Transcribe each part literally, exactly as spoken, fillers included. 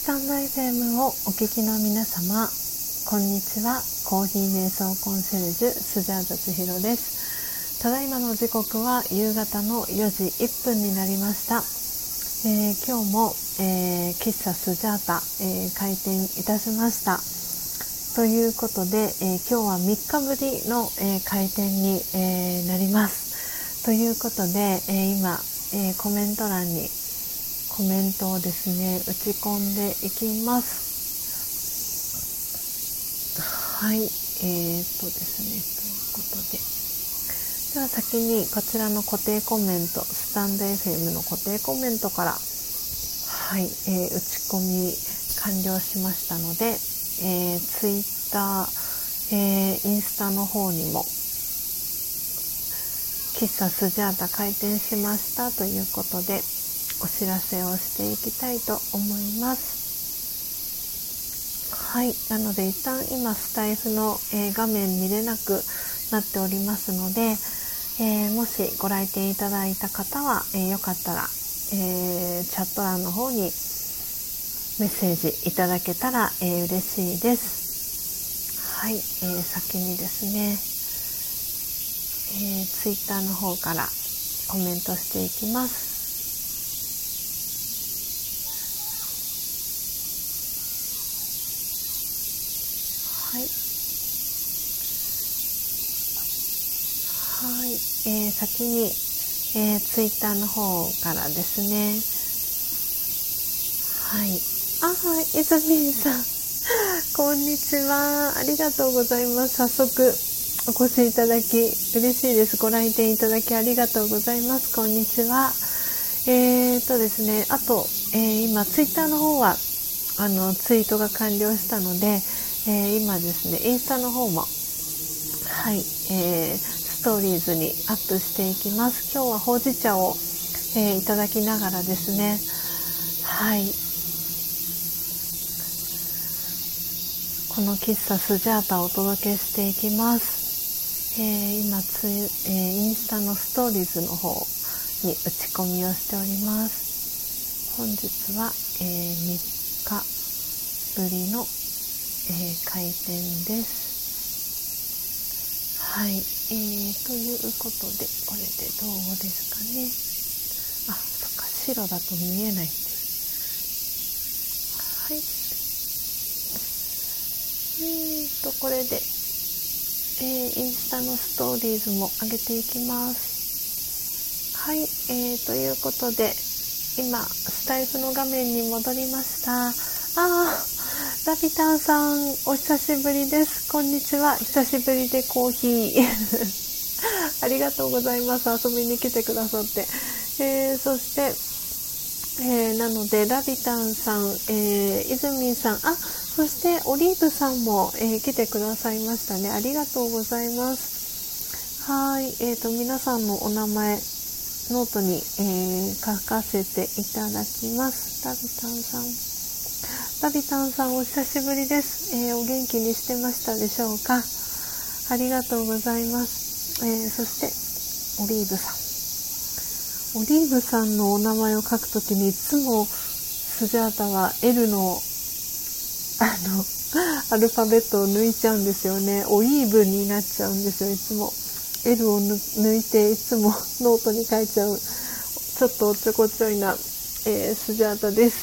スタンド エフエム をお聞きの皆様、こんにちは。コーヒー瞑想コンシェルジュスジャータ千尋です。ただいまの時刻は夕方のよじいっぷんになりました。えー、今日も、えー、喫茶スジャータ、えー、開店いたしました。ということで、えー、今日はみっかぶりの、えー、開店に、えー、なります。ということで、えー、今、えー、コメント欄にコメントをですね打ち込んでいきます。はい、えー、っとですねということで、では先にこちらの固定コメント、スタンド エフエム の固定コメントから、はい、えー、打ち込み完了しましたので、えー、ツイッター、えー、インスタの方にも喫茶スジャータ開店しましたということでお知らせをしていきたいと思います。はい、なので一旦今スタイフの、えー、画面見れなくなっておりますので、えー、もしご来店いただいた方は、えー、よかったら、えー、チャット欄の方にメッセージいただけたら、えー、嬉しいです。はい、えー、先にですね、えー、ツイッターの方からコメントしていきます。はい、はい、えー、先に、えー、ツイッターの方からですね。はい、あー、いずみんさんこんにちは、ありがとうございます。早速お越しいただき嬉しいです。ご来店いただきありがとうございます。こんにちは。えーとですねあと、えー、今ツイッターの方はあのツイートが完了したので、えー、今ですねインスタの方もはい、えー、ストーリーズにアップしていきます。今日はほうじ茶を、えー、いただきながらですね、はい、この喫茶スジャータをお届けしていきます。えー、今ツイ、えー、インスタのストーリーズの方に打ち込みをしております。本日は、えー、みっかぶりの、えー、開店です。はい、えー、ということでこれでどうですかね。あ、そっか、白だと見えない。はい、えーとこれで、えー、インスタのストーリーズも上げていきます。はい、えー、ということで今スタイフの画面に戻りました。あー、ラビタンさんお久しぶりです。こんにちは。久しぶりでコーヒーありがとうございます。遊びに来てくださって、えー、そして、えー、なのでラビタンさん、えー、イズミンさん、あ、そしてオリーブさんも、えー、来てくださいましたね。ありがとうございます。はい、えーと皆さんのお名前ノートに、えー、書かせていただきます。ラビタンさん、ラビタンさんお久しぶりです。えー、お元気にしてましたでしょうか。ありがとうございます。えー、そしてオリーブさん、オリーブさんのお名前を書くときにいつもスジャータは エル のあのアルファベットを抜いちゃうんですよね。オリーブになっちゃうんですよ。いつも エル を抜いていつもノートに書いちゃうちょっとおっちょこちょいな、えー、スジャータです。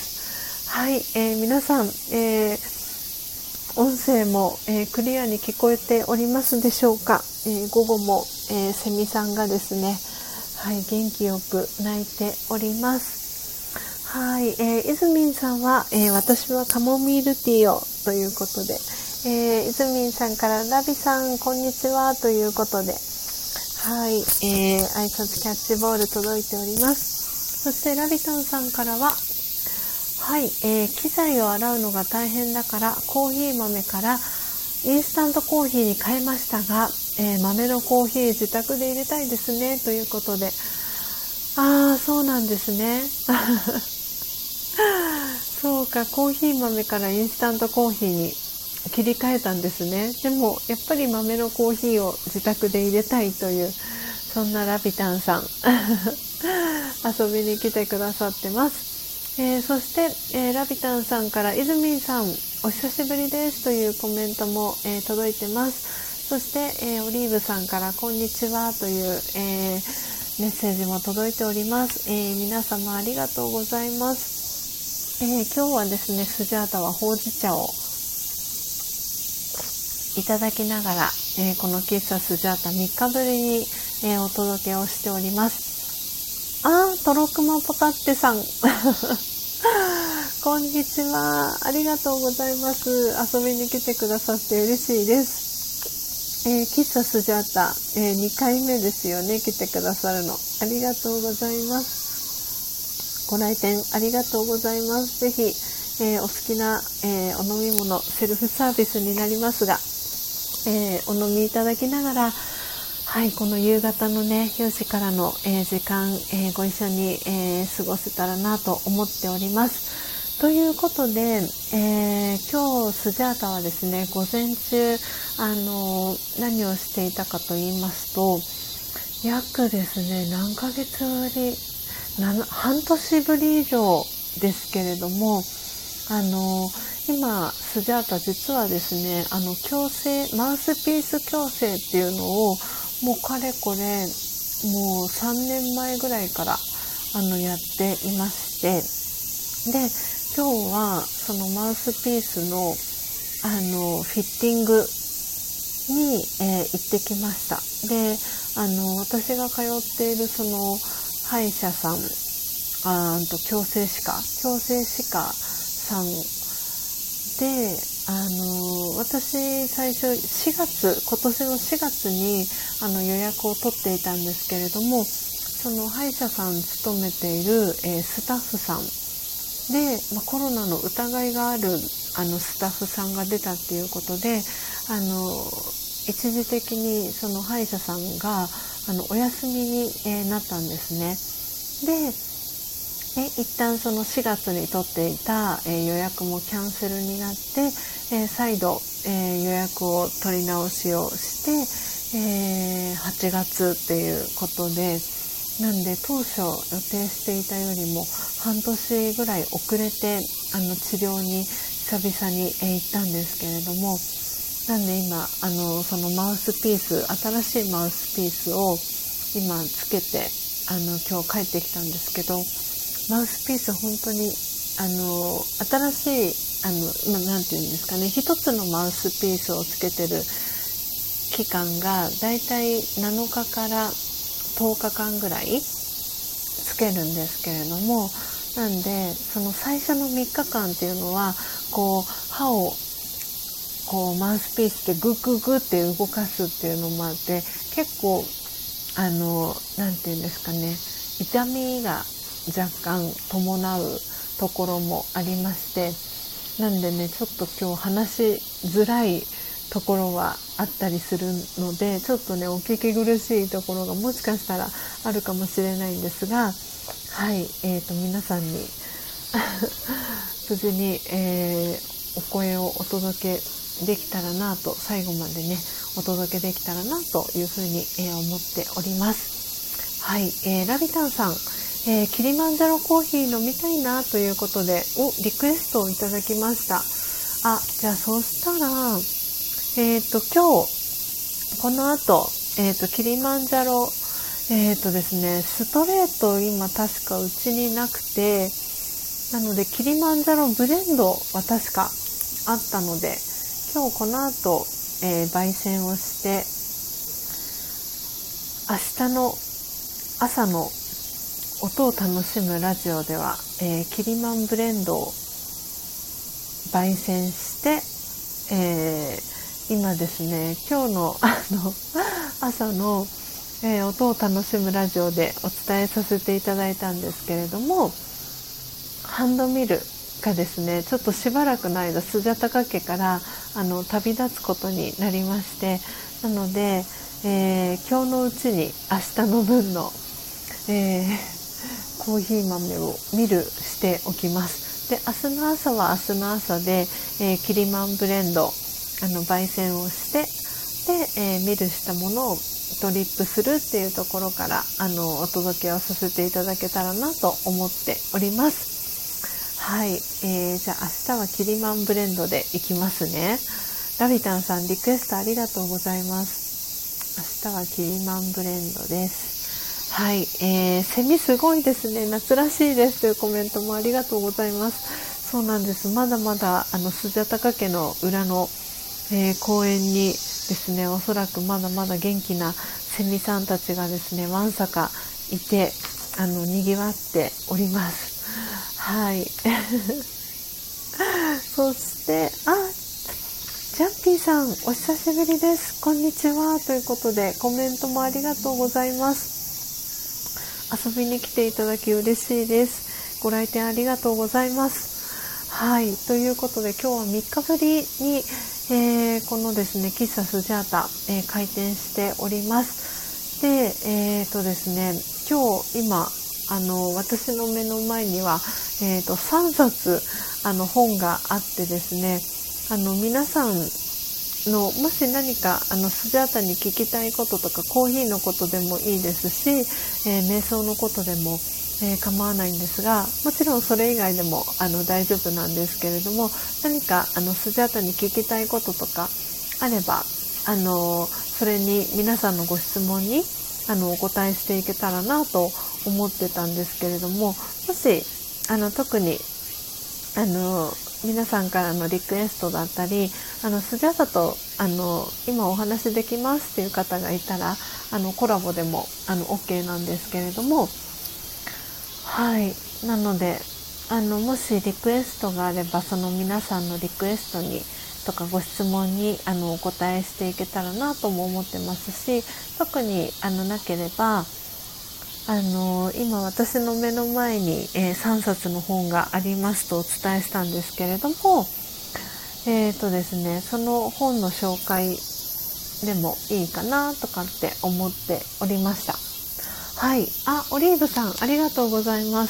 はい、えー、皆さん、えー音声も、えー、クリアに聞こえておりますでしょうか。えー、午後も、えー、セミさんがですね、はい、元気よく鳴いております。はい、えー、イズミンさんは、えー、私はカモミールティーをということで、えー、イズミンさんからラビさんこんにちはということで、はい、えー、挨拶キャッチボール届いております。そしてラビタンさんからは、はい、えー、機材を洗うのが大変だからコーヒー豆からインスタントコーヒーに変えましたが、えー、豆のコーヒー自宅で入れたいですねということで、ああそうなんですねそうか、コーヒー豆からインスタントコーヒーに切り替えたんですね。でもやっぱり豆のコーヒーを自宅で入れたいという、そんなラビタンさん遊びに来てくださってます。 えー、そして、えー、ラビタンさんからイズミンさんお久しぶりですというコメントも、えー、届いてます。そして、えー、オリーブさんからこんにちはという、えー、メッセージも届いております。えー、皆様ありがとうございます。えー、今日はですねスジャータはほうじ茶をいただきながら、えー、この喫茶スジャータみっかぶりに、えー、お届けをしております。あー、トロクマポタッテさんこんにちは、ありがとうございます。遊びに来てくださって嬉しいです。えー、喫茶スジャータ、えー、にかいめですよね、来てくださるの。ありがとうございます。ご来店ありがとうございます。ぜひ、えー、お好きな、えー、お飲み物セルフサービスになりますが、えー、お飲みいただきながら、はい、この夕方のねよじからの、えー、時間、えー、ご一緒に、えー、過ごせたらなと思っております。ということで、えー、今日スジャータはですね午前中あの何をしていたかと言いますと、約ですね何ヶ月ぶり半年ぶり以上ですけれども、あの今スジャータ実はですねあの矯正マウスピース矯正っていうのをもうかれこれもうさんねんまえぐらいからあのやっていまして、で今日はそのマウスピースのあのフィッティングに、えー、行ってきました。で、あの私が通っているその歯医者さん、あーと矯正歯科矯正歯科さんで、あの私最初しがつ今年のしがつにあの予約を取っていたんですけれども、その歯医者さん勤めている、えー、スタッフさんで、まあ、コロナの疑いがあるあのスタッフさんが出たっていうことで、あの一時的にその歯医者さんがあのお休みに、えー、なったんですね。でえ一旦そのしがつに取っていた、えー、予約もキャンセルになって、えー、再度、えー、予約を取り直しをして、えー、はちがつっていうことで、なんで当初予定していたよりも半年ぐらい遅れてあの治療に久々に、えー、行ったんですけれども、なんで今あのそのマウスピース新しいマウスピースを今つけてあの今日帰ってきたんですけど、マウスピース本当にあの新しいあの、まあ、なんていうんですかね、一つのマウスピースをつけてる期間がだいたいなのかからとおかかんぐらいつけるんですけれども、なんでその最初のみっかかんっていうのはこう歯をこうマウスピースでグッグッグッって動かすっていうのもあって、結構あのなんていうんですかね、痛みが若干伴うところもありまして、なんでねちょっと今日話しづらいところはあったりするので、ちょっとねお聞き苦しいところがもしかしたらあるかもしれないんですが、はい、えーと皆さんに無事に、えー、お声をお届けできたらなと、最後までねお届けできたらなというふうに、えー、思っております。はい、えー、ラビタンさん、えー、キリマンジャロコーヒー飲みたいなということでおリクエストをいただきました。あ、じゃあそうしたらえっ、ー、と今日この後、えっ、ー、とキリマンジャロえっ、ー、とですねストレート今確かうちになくて、なのでキリマンジャロブレンドは確かあったので、今日この後、えー、焙煎をして明日の朝の音を楽しむラジオでは、えー、キリマンブレンドを焙煎して、えー、今ですね今日のあの朝の、えー、音を楽しむラジオでお伝えさせていただいたんですけれども、ハンドミルがですねちょっとしばらくの間スジャタカ家からあの旅立つことになりまして、なので、えー、今日のうちに明日の分の、えー、コーヒー豆をミルしておきます。で明日の朝は明日の朝で、えー、キリマンブレンドあの焙煎をしてで、えー、ミルしたものをドリップするっていうところからあのお届けをさせていただけたらなと思っております。 はい、えー、じゃあ明日はキリマンブレンドでいきますね。ラビタンさんリクエストありがとうございます。明日はキリマンブレンドです。はい、えー、セミすごいですね、夏らしいですというコメントもありがとうございます。そうなんです、まだまだあのスジャタカ家の裏の、えー、公園にですね、おそらくまだまだ元気なセミさんたちがですね、わんさかいて、あの賑わっております。はいそしてあジャンピーさんお久しぶりです、こんにちはということでコメントもありがとうございます。遊びに来ていただき嬉しいです。ご来店ありがとうございます。はい、ということで今日はみっかぶりに、えー、このですね喫茶スジャータ、えー、開店しております。で、えーとですね、今日今あの私の目の前には、えーとさんさつあの本があってですね、あの皆さんのもし何かあのスジャータに聞きたいこととかコーヒーのことでもいいですし、えー、瞑想のことでも、えー、構わないんですが、もちろんそれ以外でもあの大丈夫なんですけれども、何かあのスジャータに聞きたいこととかあれば、あのそれに皆さんのご質問にあのお答えしていけたらなと思ってたんですけれども、もしあの特にあの皆さんからのリクエストだったり、あのスジャータとあの今お話できますっていう方がいたら、あのコラボでもあの OK なんですけれども、はい、なのであのもしリクエストがあれば、その皆さんのリクエストにとかご質問にあのお答えしていけたらなとも思ってますし、特にあのなければあの今私の目の前に、えー、さんさつの本がありますとお伝えしたんですけれども、えーとですね、その本の紹介でもいいかなとかって思っておりました。はい、あ、オリーブさんありがとうございます。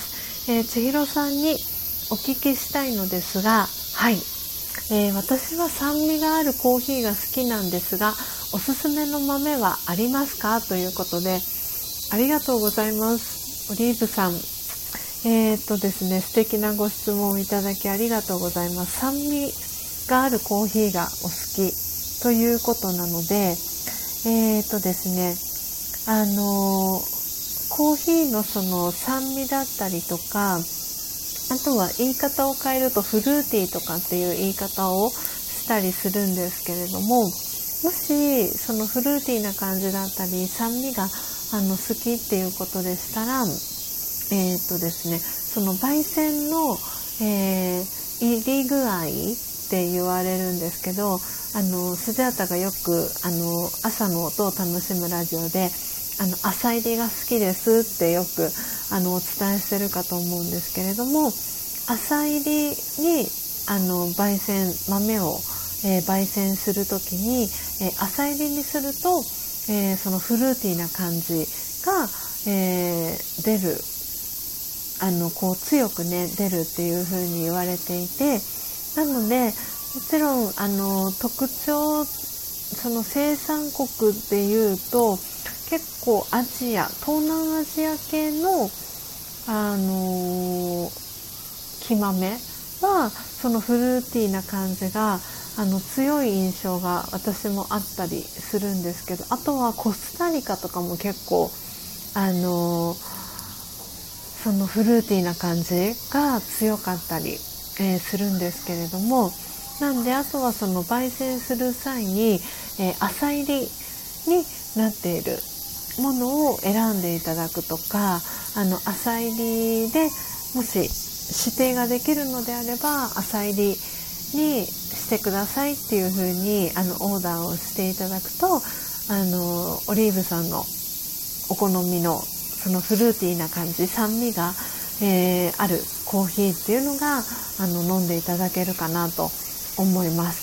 えー、千尋さんにお聞きしたいのですが、はい、えー、私は酸味があるコーヒーが好きなんですが、おすすめの豆はありますかということで、ありがとうございます。オリーブさん、えー、っとですね、素敵なご質問をいただきありがとうございます。酸味があるコーヒーがお好きということなので、えー、っとですね、あのー、コーヒーのその酸味だったりとか、あとは言い方を変えるとフルーティーとかっていう言い方をしたりするんですけれども、もしそのフルーティーな感じだったり酸味があの好きっていうことでしたら、えーとですね、その焙煎の、えー、入り具合って言われるんですけど、あのスジャータがよくあの朝の音を楽しむラジオで、あの朝入りが好きですってよくあのお伝えしてるかと思うんですけれども、朝入りにあの焙煎豆を、えー、焙煎するときに、えー、朝入りにすると、えー、そのフルーティーな感じが、えー、出る、あのこう強くね出るっていう風に言われていて、なのでもちろんあの特徴、その生産国でいうと結構アジア、東南アジア系のあの木豆はそのフルーティーな感じがあの強い印象が私もあったりするんですけど、あとはコスタリカとかも結構あのそのフルーティーな感じが強かったり、えー、するんですけれども、なんであとはその焙煎する際に、えー、浅入りになっているものを選んでいただくとか、あの浅入りでもし指定ができるのであれば浅入りにしてくださいっていう風にあのオーダーをしていただくと、あのオリーブさんのお好みのそのフルーティーな感じ、酸味が、えー、あるコーヒーっていうのがあの飲んでいただけるかなと思います。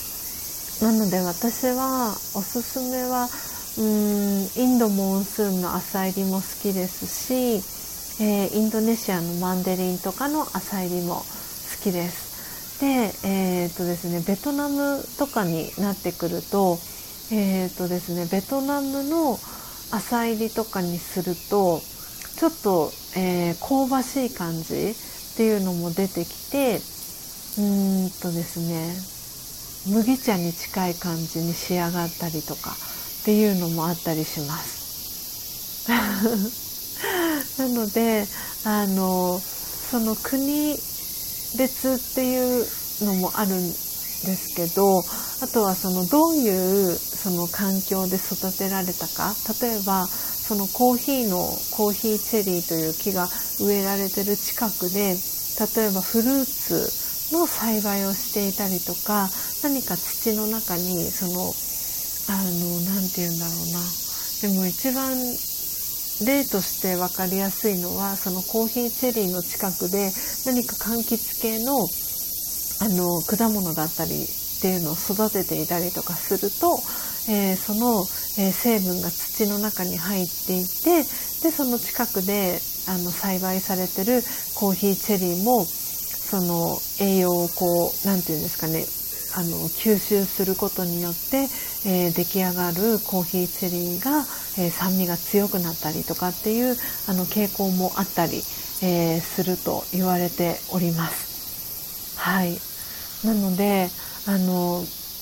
なので私はおすすめはうーんインドモンスーンの浅入りも好きですし、えー、インドネシアのマンデリンとかの浅入りも好きです。で、えーっとですね、ベトナムとかになってくると、えーっとですね、ベトナムの浅入りとかにするとちょっと、えー、香ばしい感じっていうのも出てきて、うーんとですね、麦茶に近い感じに仕上がったりとかっていうのもあったりします。なので、あのその国別っていうのもあるんですけど、あとはそのどういうその環境で育てられたか、例えばそのコーヒーのコーヒーチェリーという木が植えられてる近くで、例えばフルーツの栽培をしていたりとか、何か土の中にそのあのなんて言うんだろうな、でも一番例として分かりやすいのは、そのコーヒーチェリーの近くで何か柑橘系のあの果物だったりっていうのを育てていたりとかすると、えー、その、えー、成分が土の中に入っていて、でその近くであの栽培されてるコーヒーチェリーもその栄養をこうなんていうんですかね、あの吸収することによって、えー、出来上がるコーヒーチェリーが、えー、酸味が強くなったりとかっていうあの傾向もあったり、えー、すると言われております。はい。なのであの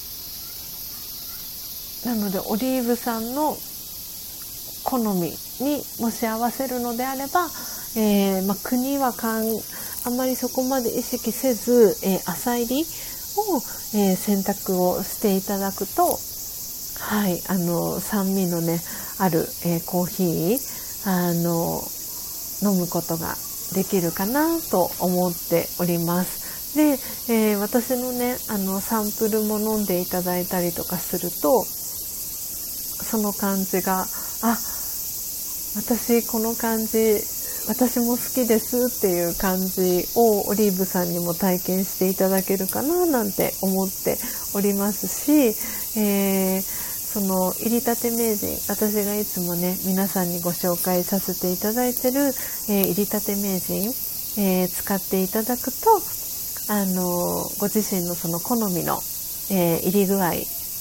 なのでオリーブさんの好みにもし合わせるのであれば、えーまあ、国はかんあんまりそこまで意識せず、えー、浅入りを、えー、選択をしていただくと、はい、あの酸味のねある、えー、コーヒーあの飲むことができるかなと思っております。で、えー、私のねあのサンプルも飲んでいただいたりとかすると、その感じが、あ、私この感じ私も好きですっていう感じをオリーブさんにも体験していただけるかななんて思っておりますし、えー、その入りたて名人、私がいつもね皆さんにご紹介させていただいてる、えー、入りたて名人、えー、使っていただくと、あのご自身のその好みの、えー、入り具合で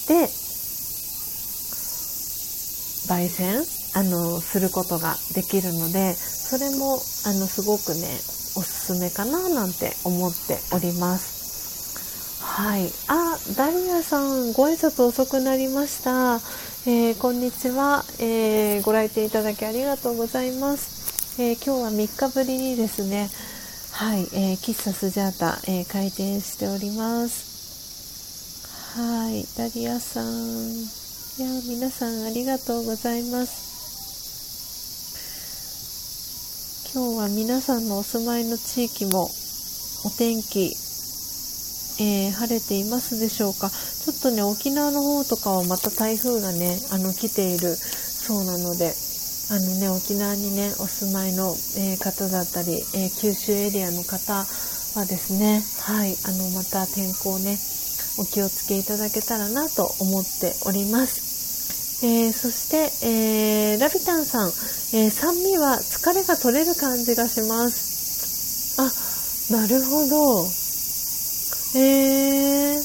焙煎あのすることができるので、それもあのすごくねおすすめかななんて思っております。はい。あ、ダリアさんご挨拶遅くなりました。えー、こんにちは、えー、ご来店いただきありがとうございます。えー、今日はみっかぶりにですね、はい、えー、喫茶スジャータ、えー、開店しております。はい、ダリアさん、いや皆さんありがとうございます。今日は皆さんのお住まいの地域もお天気、えー、晴れていますでしょうか。ちょっとね沖縄の方とかはまた台風がねあの来ているそうなので、あのね沖縄にねお住まいの、えー、方だったり、えー、九州エリアの方はですね、はい、あのまた天候ねお気をつけいただけたらなと思っております。えー、そして、えー、ラビタンさん、えー、酸味は疲れが取れる感じがします。あ、なるほど。えー、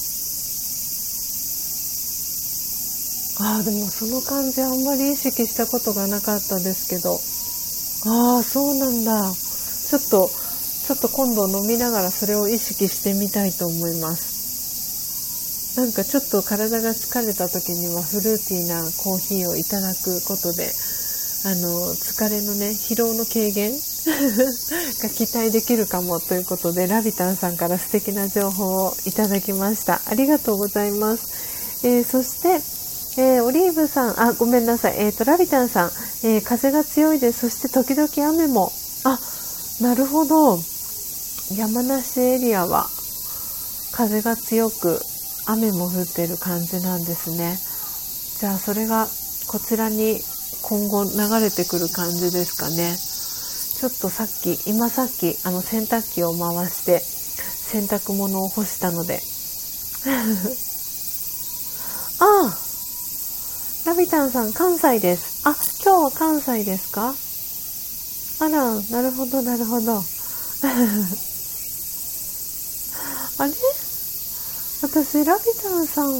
あ、でもその感じあんまり意識したことがなかったですけど、ああそうなんだ。ちょっとちょっと今度飲みながらそれを意識してみたいと思います。なんかちょっと体が疲れた時にはフルーティーなコーヒーをいただくことで、あの疲れのね疲労の軽減が期待できるかもということで、ラビタンさんから素敵な情報をいただきました。ありがとうございます。えー、そして、えー、オリーブさん、あ、ごめんなさい、えーとラビタンさん、えー、風が強いです。そして時々雨も。あ、なるほど。山梨エリアは風が強く雨も降っている感じなんですね。じゃあそれがこちらに今後流れてくる感じですかね。ちょっとさっき今さっきあの洗濯機を回して洗濯物を干したのでああ、ラビタンさん関西です。あ、今日は関西ですか。あら、なるほどなるほどあれ、私ラビタンさん、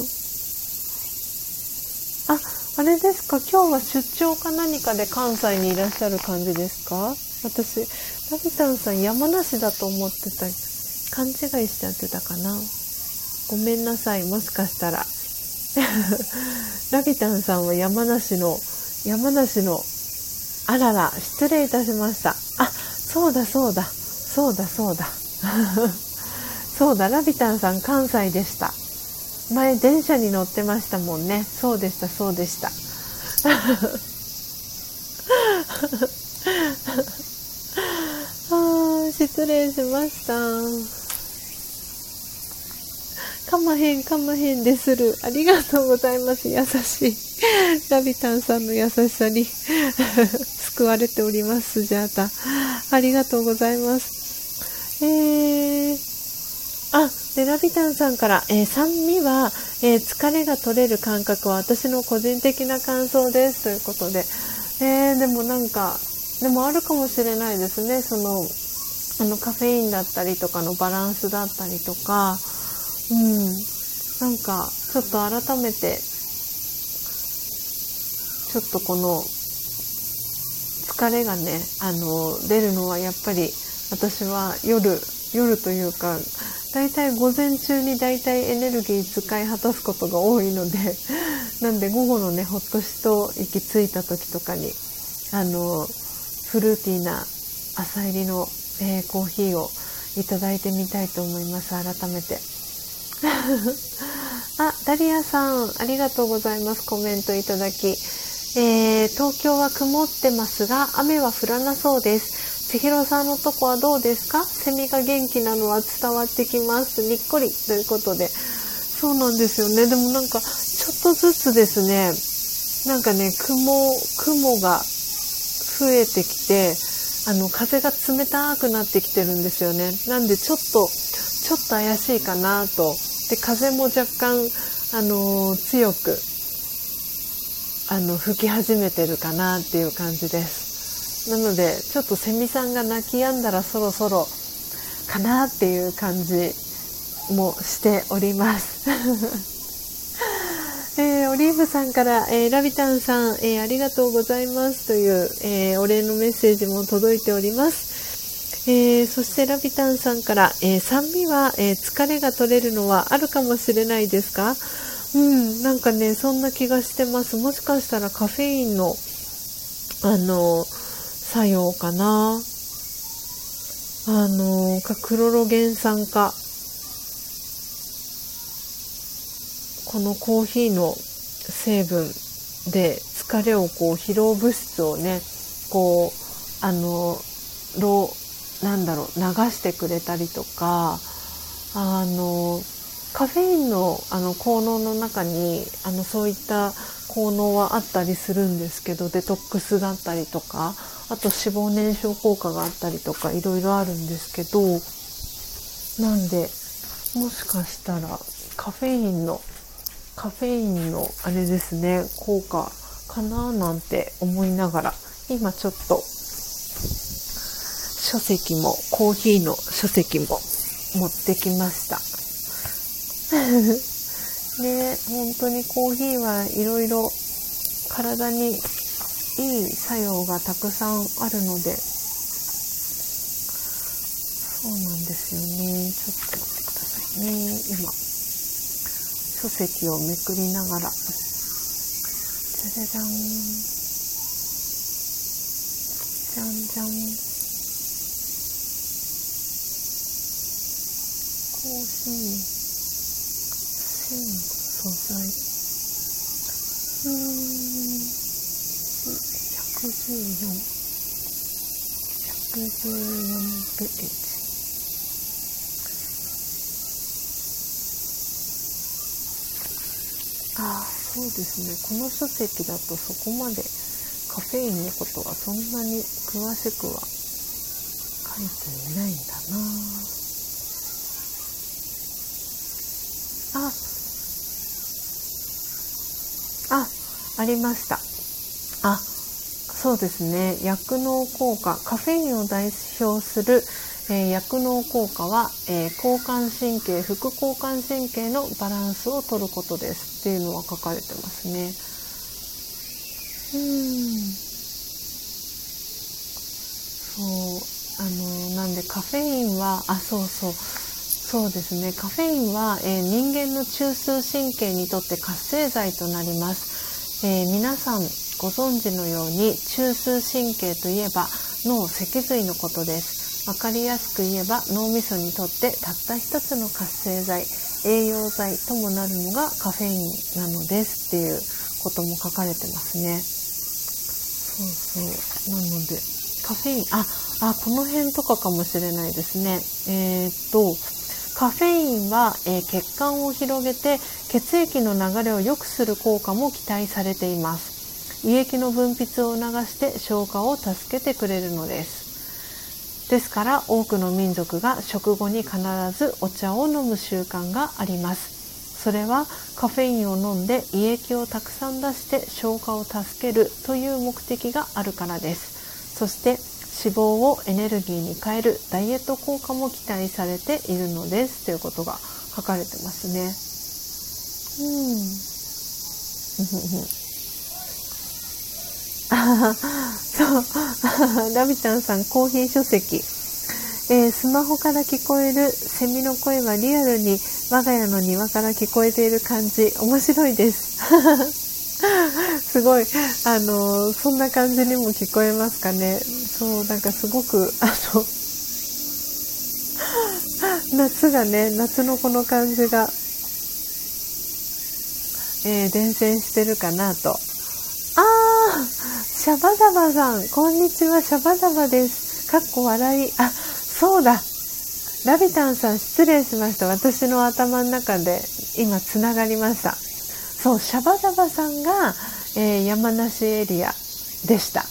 あ、あれですか、今日は出張か何かで関西にいらっしゃる感じですか。私ラビタンさん山梨だと思ってた、勘違いしちゃってたかな。ごめんなさい。もしかしたらラビタンさんは山梨の山梨のあらら、失礼いたしました。あ、そうだそうだそうだそうだそうだ、ラビタンさん関西でした。前電車に乗ってましたもんね。そうでしたそうでしたあ、失礼しました。かまへんかまへんでする。ありがとうございます。優しいラビタンさんの優しさに救われております。スジャータ、ありがとうございます。えー、あ、でラビタンさんから、えー、酸味は、えー、疲れが取れる感覚は私の個人的な感想ですということで、えー、でもなんかでもあるかもしれないですね。そのあのカフェインだったりとかのバランスだったりとか、うん、なんかちょっと改めてちょっとこの疲れがね、あの出るのはやっぱり私は夜夜というかだいたい午前中にだいたいエネルギー使い果たすことが多いのでなんで午後のねほっと一息ついた時とかにあのフルーティーな朝入りの、えー、コーヒーをいただいてみたいと思います。改めてあ、ダリアさんありがとうございます。コメントいただき、えー、東京は曇ってますが雨は降らなそうです。千尋さんのとこはどうですか？セミが元気なのは伝わってきます。にっこりということで、そうなんですよね。でもなんかちょっとずつですね、なんかね雲雲が増えてきて、あの風が冷たくなってきてるんですよね。なんでちょっとちょっと怪しいかなと。で風も若干あの強くあの吹き始めてるかなっていう感じです。なのでちょっとセミさんが鳴き止んだらそろそろかなっていう感じもしておりますえー、オリーブさんから、えー、ラビタンさん、えー、ありがとうございますという、えー、お礼のメッセージも届いております。えー、そしてラビタンさんから、えー、酸味は、えー、疲れが取れるのはあるかもしれないですか？うん、なんかねそんな気がしてます。もしかしたらカフェインのあの作用かな、あのかクロロゲン酸か、このコーヒーの成分で疲れをこう疲労物質をねこうあのロなんだろう流してくれたりとか、あのカフェインのあの効能の中にあのそういった効能はあったりするんですけど、デトックスだったりとか、あと脂肪燃焼効果があったりとかいろいろあるんですけど、なんでもしかしたらカフェインのカフェインのあれですね効果かななんて思いながら、今ちょっと書籍もコーヒーの書籍も持ってきましたね、本当にコーヒーはいろいろ体にいい作用がたくさんあるので、そうなんですよね。ちょっと待ってくださいね。今書籍をめくりながら、じゃじゃじゃんじゃんじゃん、コーヒー繊維素材、うーんひゃくじゅうよん ひゃくじゅうよんページ、ああそうですね、この書籍だとそこまでカフェインのことはそんなに詳しくは書いていないんだなあ。あ、ありました。あ、そうですね。薬脳効果、カフェインを代表する、えー、薬脳効果は、えー、交感神経、副交感神経のバランスを取ることですっていうのは書かれてますね。うーん。そう、 あのなんでカフェインはあそうそうそうですねカフェインは、えー、人間の中枢神経にとって活性剤となります。えー、皆さんご存知のように中枢神経といえば脳脊髄のことです。わかりやすく言えば脳みそにとってたった一つの活性剤栄養剤ともなるのがカフェインなのですっていうことも書かれてますね。そうそうなのでカフェインああこの辺とかかもしれないですね。えー、っとカフェインは、えー、血管を広げて血液の流れを良くする効果も期待されています。胃液の分泌を促して消化を助けてくれるのです。ですから多くの民族が食後に必ずお茶を飲む習慣があります。それはカフェインを飲んで胃液をたくさん出して消化を助けるという目的があるからです。そして脂肪をエネルギーに変えるダイエット効果も期待されているのですということが書かれてますね。うんそうラビちゃんさんコーヒー書籍、えー、スマホから聞こえるセミの声はリアルに我が家の庭から聞こえている感じ面白いですすごいあのー、そんな感じにも聞こえますかね。そうなんかすごくあの夏がね夏のこの感じが、えー、伝染してるかなと。あーシャバダバさんこんにちは。シャバダバです。かっこ笑い。あそうだラビタンさん失礼しました。私の頭の中で今つながりました。そうシャバダバさんが、えー、山梨エリアでした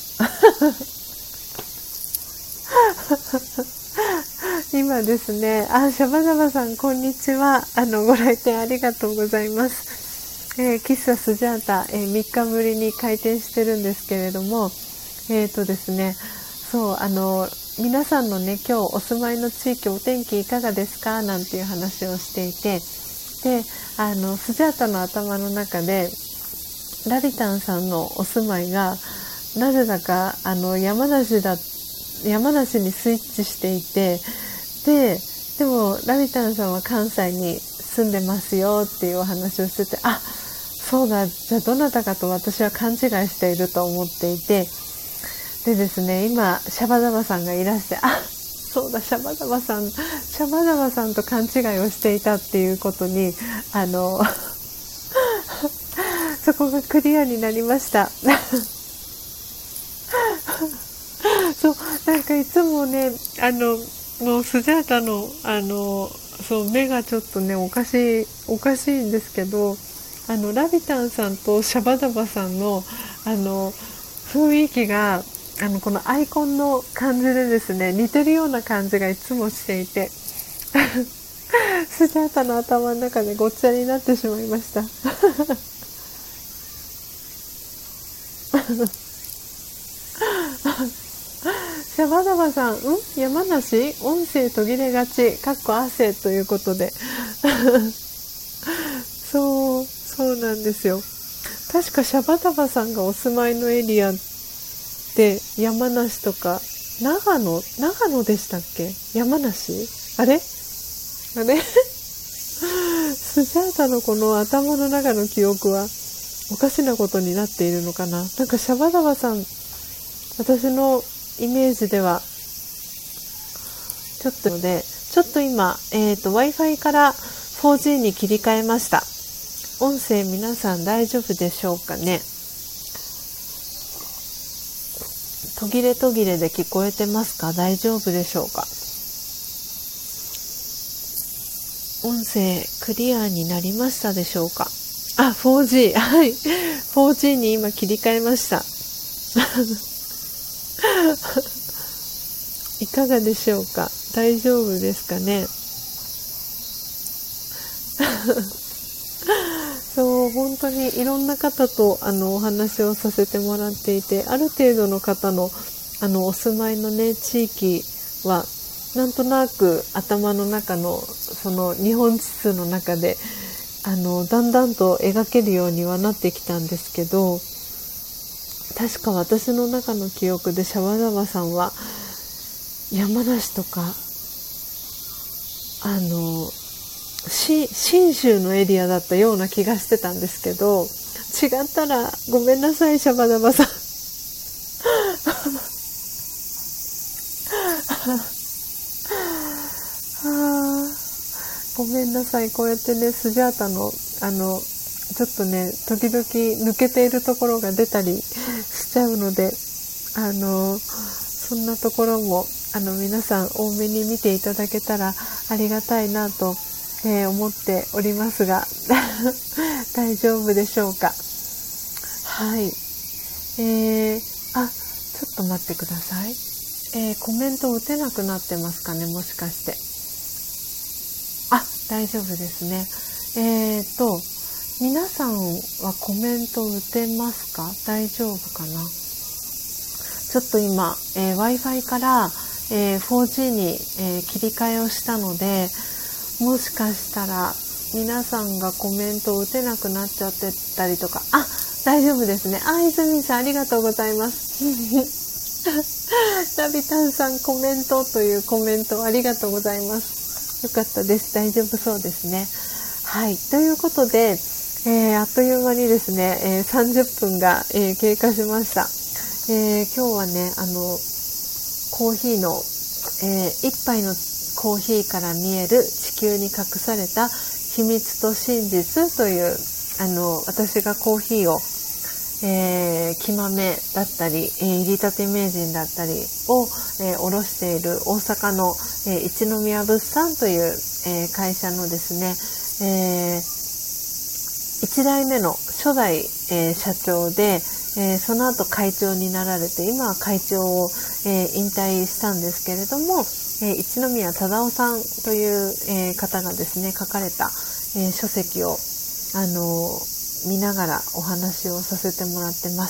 今ですねあシャバダバさんこんにちは。あのご来店ありがとうございます。えー、喫茶スジャータ、えー、みっかぶりに開店してるんですけれども、えーとですね、そうあの皆さんのね今日お住まいの地域お天気いかがですかなんていう話をしていて、であのスジャータの頭の中でラビタンさんのお住まいがなぜだかあの山梨だ山梨にスイッチしていて、ででもラビタンさんは関西に住んでますよっていうお話をしてて、あそうだじゃあどなたかと私は勘違いしていると思っていて、でですね今シャバダバさんがいらして、あそうだシャバダバさんシャバダバさんと勘違いをしていたっていうことにあのそこがクリアになりましたそうなんかいつもねあのもうスジャータのあのそう目がちょっとねおかしいおかしいんですけど、あのラビタンさんとシャバダバさんのあの雰囲気があのこのアイコンの感じでですね似てるような感じがいつもしていてスジャータの頭の中でごっちゃになってしまいましたシャバダバさん、ん山梨音声途切れがちかっこ汗ということでそうそうなんですよ。確かシャバダバさんがお住まいのエリアって山梨とか長野長野でしたっけ。山梨あれあれスジャータのこの頭の中の記憶はおかしなことになっているのかな。なんかシャバダバさん私のイメージではちょっとのでちょっと今、えーと、Wi-Fi から フォージー に切り替えました。音声皆さん大丈夫でしょうかね。途切れ途切れで聞こえてますか。大丈夫でしょうか。音声クリアになりましたでしょうか。あ フォージー はい フォージー に今切り替えましたいかがでしょうか。大丈夫ですかねそう本当にいろんな方とあのお話をさせてもらっていて、ある程度の方のあのお住まいのね地域はなんとなく頭の中のその日本地図の中であのだんだんと描けるようにはなってきたんですけど、確か私の中の記憶でシャバダバさんは山梨とかあのし信州のエリアだったような気がしてたんですけど、違ったらごめんなさいシャバダバさんごめんなさい。こうやってね、スジャータのあのちょっとね、時々抜けているところが出たりしちゃうので、あのそんなところもあの皆さん多めに見ていただけたらありがたいなと、えー、思っておりますが大丈夫でしょうか。はい、えー、あ、ちょっと待ってください。えー、コメント打てなくなってますかね、もしかして。あ、大丈夫ですね。えーと皆さんはコメント打てますか？大丈夫かな？ちょっと今、えー、Wi-Fi から、えー、フォージー に、えー、切り替えをしたので、もしかしたら皆さんがコメントを打てなくなっちゃってたりとか、あ、大丈夫ですね。あ、泉さんありがとうございますラビタンさんコメントというコメントありがとうございます。よかったです。大丈夫そうですね。はい、ということで、えー、あっという間にですね、えー、さんじゅっぷんが、えー、経過しました。えー、今日はね、あのコーヒーの、えー、一杯のコーヒーから見える地球に隠された秘密と真実という、あの私がコーヒーを、えー、木豆だったり、えー、入りたて名人だったりを、えー、卸している大阪の、えー、一宮物産という、えー、会社のですね、えー、いちだいめの初代、えー、社長で、えー、その後会長になられて、今は会長を、えー、引退したんですけれども、えー、一宮忠夫さんという、えー、方がですね書かれた、えー、書籍を、あのー、見ながらお話をさせてもらってます。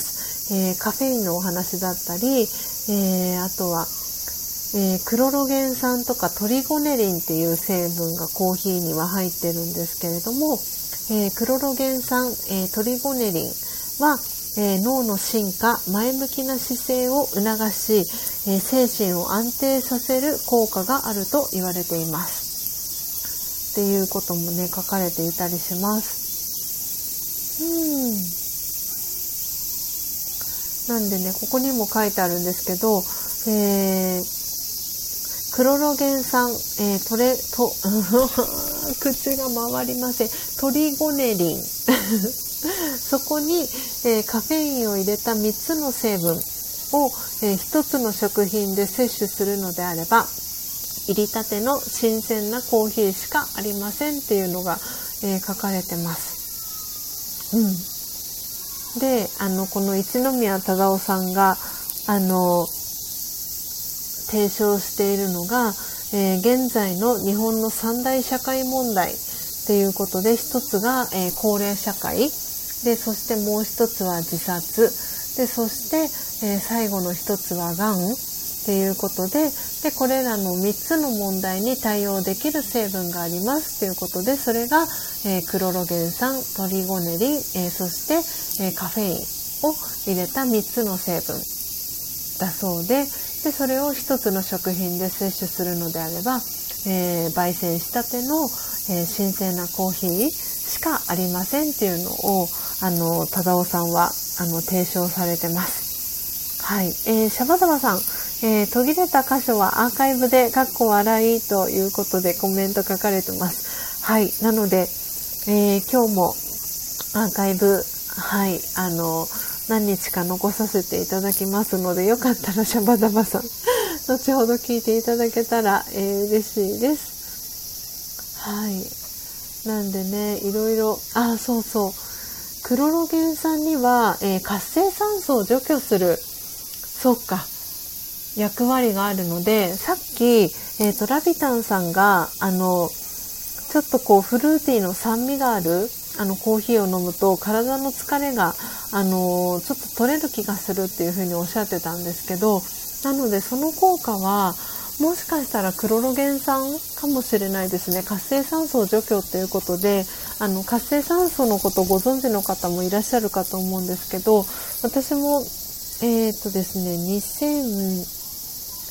えー、カフェインのお話だったり、えー、あとは、えー、クロロゲン酸とかトリゴネリンっていう成分がコーヒーには入ってるんですけれども、えー、クロロゲン酸、えー、トリゴネリンはえー、脳の進化、前向きな姿勢を促し、えー、精神を安定させる効果があると言われています。っていうこともね、書かれていたりします。うん。なんでね、ここにも書いてあるんですけど、えー、クロロゲン酸、えー、トレ、と、口が回りません。トリゴネリン。そこに、えー、カフェインを入れたみっつの成分を、えー、ひとつの食品で摂取するのであれば、入りたての新鮮なコーヒーしかありませんっていうのが、えー、書かれてます。うん。で、あのこの一宮忠夫さんがあの提唱しているのが、えー、現在の日本の三大社会問題っていうことで、一つが、えー、高齢社会で、そしてもう一つは自殺で、そして、えー、最後の一つはがんっていうことで、でこれらのみっつの問題に対応できる成分がありますということで、それが、えー、クロロゲン酸、トリゴネリン、えー、そして、えー、カフェインを入れたみっつの成分だそうで、でそれを一つの食品で摂取するのであれば、えー、焙煎したての、えー、新鮮なコーヒーしかありませんっていうのを、あの忠夫さんはあの提唱されてます。はい、えー、シャバダバさん、えー、途切れた箇所はアーカイブでかっこ笑いということでコメント書かれてます。はい、なので、えー、今日もアーカイブ、はい、あの何日か残させていただきますので、よかったらシャバダバさん後ほど聞いていただけたら、えー、嬉しいです。はい、なんでね、いろいろ、あ、そうそう、クロロゲン酸には、えー、活性酸素を除去する、そっか、役割があるので、さっき、えーと、ラビタンさんがあのちょっとこうフルーティーの酸味があるあのコーヒーを飲むと体の疲れがあのちょっと取れる気がするっていうふうにおっしゃってたんですけど、なのでその効果はもしかしたらクロロゲン酸かもしれないですね。活性酸素を除去っていうことで、あの活性酸素のことをご存知の方もいらっしゃるかと思うんですけど、私もえーとですね、にせん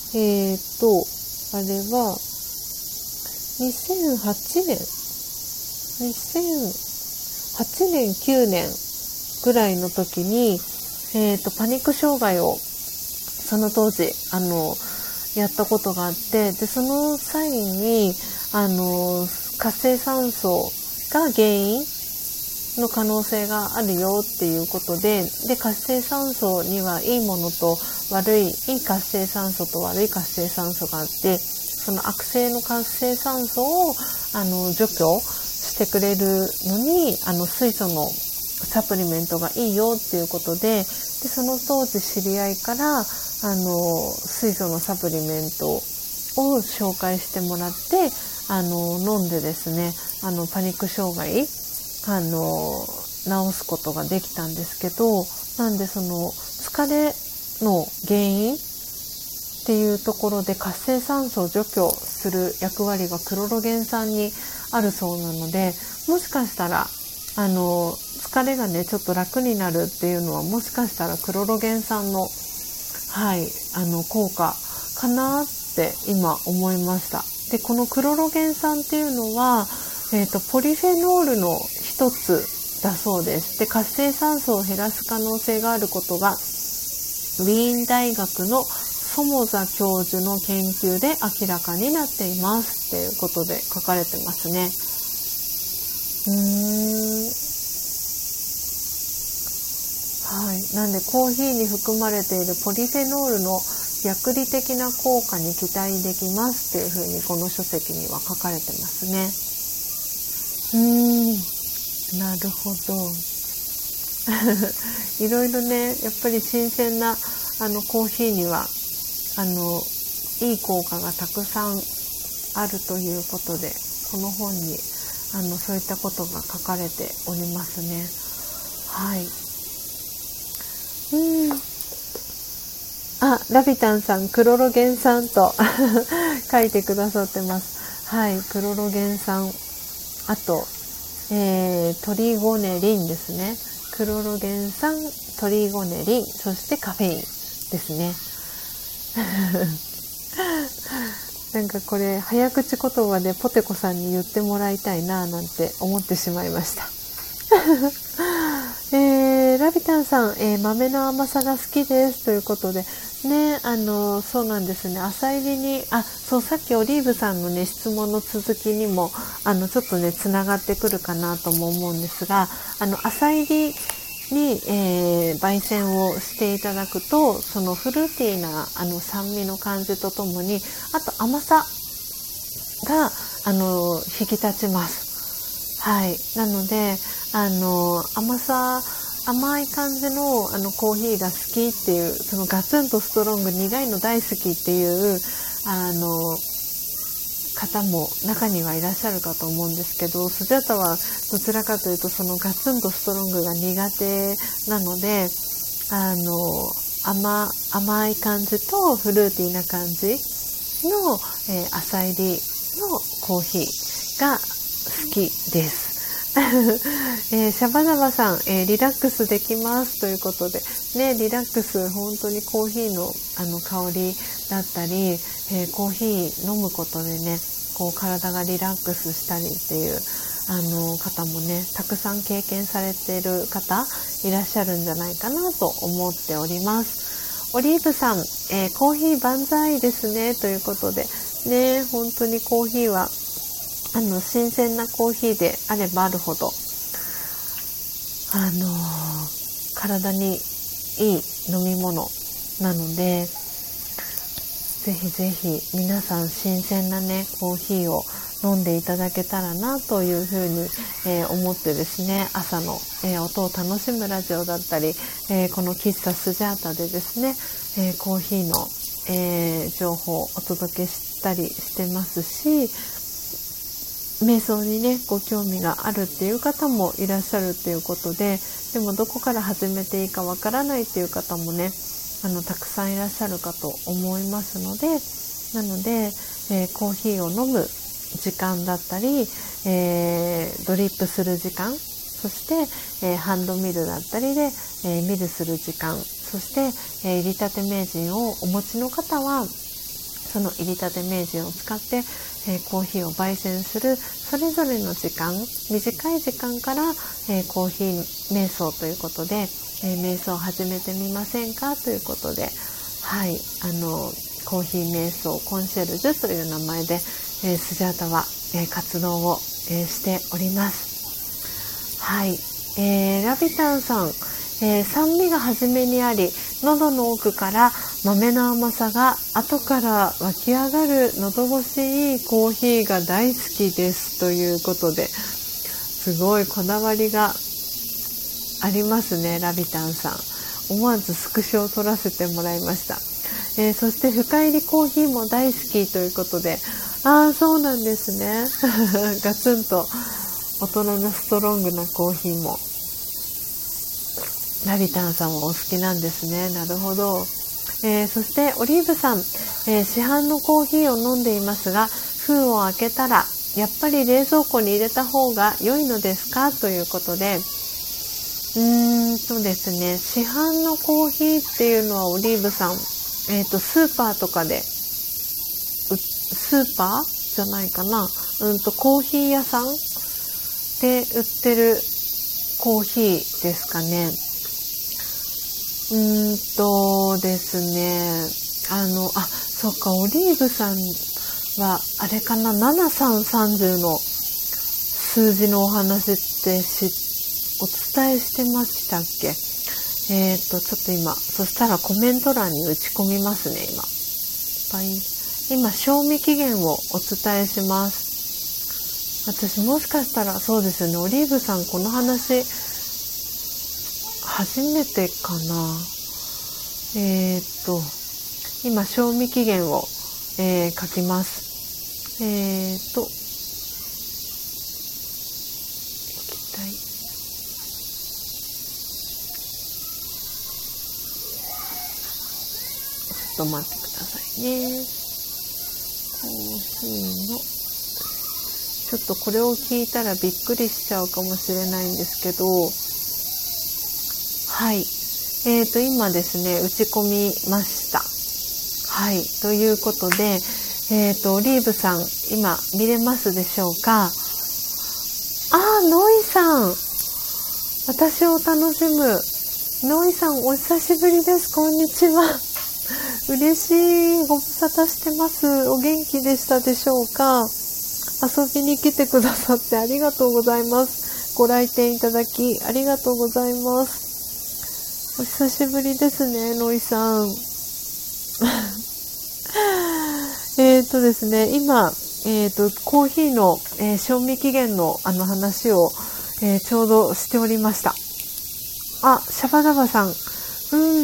えーと、あれは、にせんはちねん、にせんはちねん、きゅうねんぐらいの時に、えーと、パニック障害を、その当時、あの、やったことがあって、で、その際に、あの、活性酸素が原因の可能性があるよっていうことで、で、活性酸素にはいいものと悪い、いい活性酸素と悪い活性酸素があって、その悪性の活性酸素を、あの、除去してくれるのに、あの、水素のサプリメントがいいよっていうことで、で、その当時知り合いから、あの、水素のサプリメントを紹介してもらって、あの、飲んでですね、あの、パニック障害、あの、治すことができたんですけど、なんでその、疲れの原因っていうところで活性酸素を除去する役割がクロロゲン酸にあるそうなので、もしかしたら、あの、疲れがね、ちょっと楽になるっていうのは、もしかしたらクロロゲン酸の、はい、あの、効果かなって今思いました。で、このクロロゲン酸っていうのは、えっと、ポリフェノールの一つだそうです。で、活性酸素を減らす可能性があることが、ウィーン大学のソモザ教授の研究で明らかになっていますっていうことで書かれてますね。うーん。はい。なんでコーヒーに含まれているポリフェノールの薬理的な効果に期待できますっていうふうにこの書籍には書かれてますね。うーん。なるほど。いろいろね、やっぱり新鮮なあのコーヒーにはあのいい効果がたくさんあるということで、この本にあのそういったことが書かれておりますね。はい。うん。あ、ラビタンさん、クロロゲン酸と書いてくださってます。はい、クロロゲン酸、あと、えー、トリゴネリンですね。クロロゲン酸、トリゴネリン、そしてカフェインですね。なんかこれ早口言葉でポテコさんに言ってもらいたいななんて思ってしまいました。えー、ラビタンさん、えー、豆の甘さが好きですということでね、あのそうなんですね。浅入りに、あ、そうさっきオリーブさんのね質問の続きにもあのちょっとねつながってくるかなとも思うんですが、あの浅入りに、えー、焙煎をしていただくと、そのフルーティーなあの酸味の感じとともに、あと甘さがあの引き立ちます。はい。なのであの甘さ甘い感じのあのコーヒーが好きっていう、そのガツンとストロング苦いの大好きっていうあの方も中にはいらっしゃるかと思うんですけど、スジャタはどちらかというとそのガツンとストロングが苦手なので、あの 甘, 甘い感じとフルーティーな感じの、えー、浅入りのコーヒーが好きです。えー、シャバナバさん、えー、リラックスできますということでね、リラックス本当にコーヒーのあの香りだったり、えー、コーヒー飲むことでね、こう体がリラックスしたりっていうあの方もねたくさん経験されている方いらっしゃるんじゃないかなと思っております。オリーブさん、えー、コーヒー万歳ですねということでね、本当にコーヒーはあの新鮮なコーヒーであればあるほどあのー、体にいい飲み物なので、ぜひぜひ皆さん新鮮なねコーヒーを飲んでいただけたらなというふうに、えー、思ってですね、朝の、えー、音を楽しむラジオだったり、えー、この喫茶スジャータでですね、えー、コーヒーの、えー、情報をお届けしたりしてますし、瞑想にねご興味があるっていう方もいらっしゃるっていうことで、でもどこから始めていいかわからないっていう方もねあのたくさんいらっしゃるかと思いますので、なので、えー、コーヒーを飲む時間だったり、えー、ドリップする時間、そして、えー、ハンドミルだったりで、えー、ミルする時間、そして、えー、入りたて名人をお持ちの方はその入りたて名人を使って、えー、コーヒーを焙煎するそれぞれの時間、短い時間から、えー、コーヒー瞑想ということで、えー、瞑想を始めてみませんかということで、はい、あのコーヒー瞑想コンシェルジュという名前で、えー、スジャータは、えー、活動を、えー、しております。はい、えー、ラビタンさん、えー、酸味が初めにあり、喉の奥から豆の甘さが後から湧き上がる喉越しいいコーヒーが大好きですということで、すごいこだわりがありますね、ラビタンさん。思わずスクショを撮らせてもらいました。えー、そして深入りコーヒーも大好きということで、ああそうなんですねガツンと大人なストロングなコーヒーもラビタンさんはお好きなんですね。なるほど。えー、そしてオリーブさん、えー、市販のコーヒーを飲んでいますが、封を開けたらやっぱり冷蔵庫に入れた方が良いのですかということで、うーんとですね、市販のコーヒーっていうのはオリーブさん、えーとスーパーとかでスーパーじゃないかな、うんとコーヒー屋さんで売ってるコーヒーですかね。うーんとですね、あの、あ、そっか、オリーブさんは、あれかな、ななさんさんぜろの数字のお話ってしお伝えしてましたっけ？えーと、ちょっと今、そしたらコメント欄に打ち込みますね、今。今、賞味期限をお伝えします。私もしかしたら、そうですよね、オリーブさんこの話、初めてかな。えー、っと今賞味期限を、えー、書きます。えー、っと液体ちょっと待ってくださいね。コーヒーのちょっとこれを聞いたらびっくりしちゃうかもしれないんですけど、はい、えーと今ですね打ち込みました。はい、ということで、えーとオリーブさん今見れますでしょうか？あー、ノイさん、私を楽しむノイさん、お久しぶりです。こんにちは。嬉しい、ご無沙汰してます。お元気でしたでしょうか？遊びに来てくださってありがとうございます。ご来店いただきありがとうございます。お久しぶりですね、ノイさん。えっとですね、今、えっと、コーヒーの、えー、賞味期限のあの話を、えー、ちょうどしておりました。あ、シャバダバさん。うん、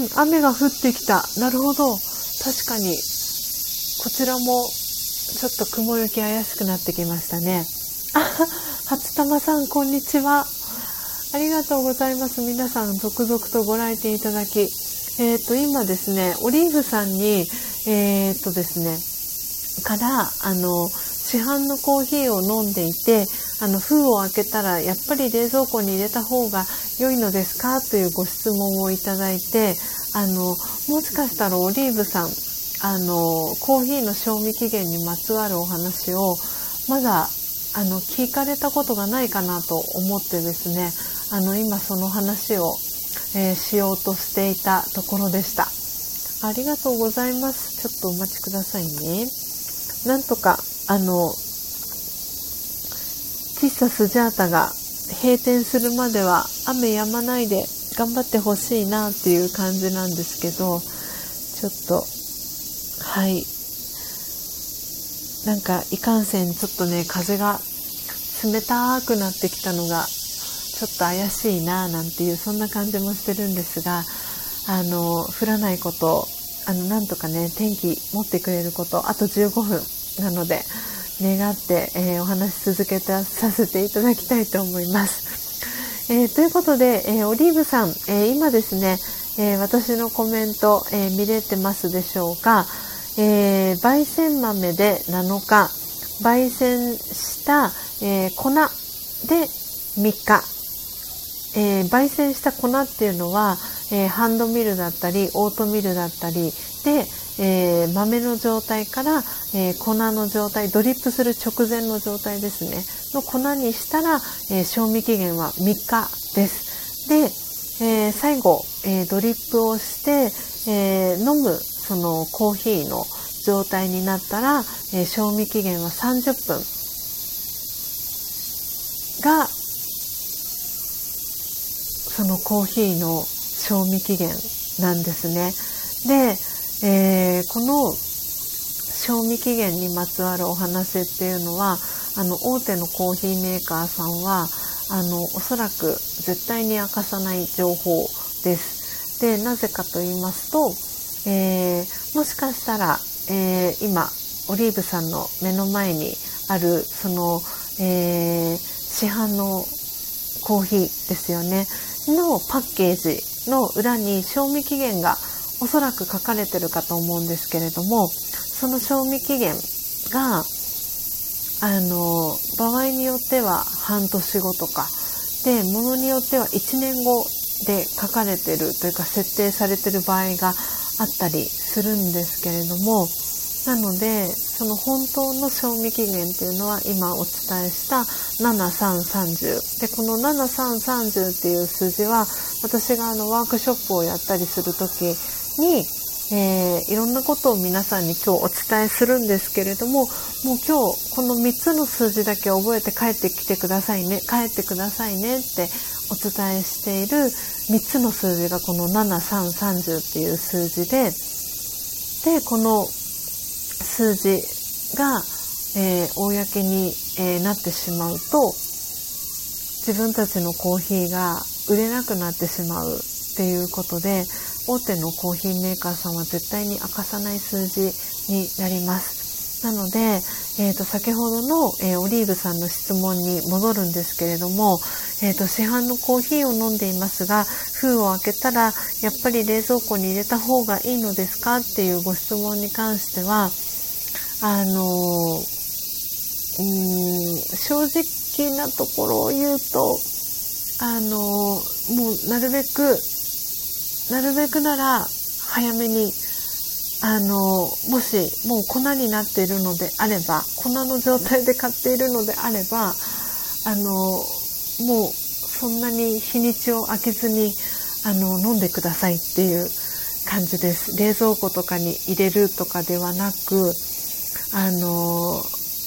雨が降ってきた。なるほど。確かに、こちらも、ちょっと雲行き怪しくなってきましたね。あ、初玉さん、こんにちは。ありがとうございます。皆さん、続々とご来店いただき。えっと、今ですね、オリーブさんに、えっとですね、から、あの、市販のコーヒーを飲んでいて、あの、封を開けたら、やっぱり冷蔵庫に入れた方が良いのですかというご質問をいただいて、あの、もしかしたらオリーブさん、あの、コーヒーの賞味期限にまつわるお話を、まだ、あの、聞かれたことがないかなと思ってですね、あの、今その話を、えー、しようとしていたところでした。ありがとうございます。ちょっとお待ちくださいね。なんとか、あの、喫茶スジャータが閉店するまでは雨止まないで頑張ってほしいなっていう感じなんですけど、ちょっと、はい。なんか、いかんせんちょっとね、風が冷たくなってきたのが、ちょっと怪しいななんていう、そんな感じもしてるんですが、あの、降らないことを、あの、なんとかね、天気持ってくれること、あとじゅうごふんなので、願って、えー、お話し続けたさせていただきたいと思います。えー、ということで、えー、オリーブさん、えー、今ですね、えー、私のコメント、えー、見れてますでしょうか？えー、焙煎豆でなのか、焙煎した、えー、粉でみっか、えー、焙煎した粉っていうのは、えー、ハンドミルだったりオートミルだったりで、 えー、豆の状態から、えー、粉の状態、ドリップする直前の状態ですねの粉にしたら、えー、賞味期限はみっかです。で、えー、最後、えー、ドリップをして、えー、飲むそのコーヒーの状態になったら、えー、賞味期限はさんじゅっぷんがそのコーヒーの賞味期限なんですね。で、えー、この賞味期限にまつわるお話っていうのは、あの大手のコーヒーメーカーさんはあのおそらく絶対に明かさない情報です。で、なぜかと言いますと、えー、もしかしたら、えー、今オリーブさんの目の前にあるその、えー、市販のコーヒーですよねのパッケージの裏に賞味期限がおそらく書かれてるかと思うんですけれども、その賞味期限があの場合によっては半年後とかで、ものによってはいちねんごで書かれてるというか設定されてる場合があったりするんですけれども、なのでその本当の賞味期限っていうのは今お伝えしたななさんさんじゅうで、このななさんさんじゅうっていう数字は私があのワークショップをやったりするときに、えー、いろんなことを皆さんに今日お伝えするんですけれども、もう今日このみっつの数字だけ覚えて帰ってきてくださいね帰ってくださいねってお伝えしているみっつの数字がこのななさんさんじゅうっていう数字で、でこの数字が、えー、公に、えー、なってしまうと自分たちのコーヒーが売れなくなってしまうっていうことで、大手のコーヒーメーカーさんは絶対に明かさない数字になります。なので、えー、と先ほどの、えー、オリーブさんの質問に戻るんですけれども、えー、と市販のコーヒーを飲んでいますが、封を開けたらやっぱり冷蔵庫に入れた方がいいのですかっていうご質問に関しては、あのうーん正直なところを言うと、あのもうなるべくなるべくなら早めに、あのもしもう粉になっているのであれば、粉の状態で買っているのであれば、あのもうそんなに日にちを空けずにあの飲んでくださいっていう感じです。冷蔵庫とかに入れるとかではなく、あの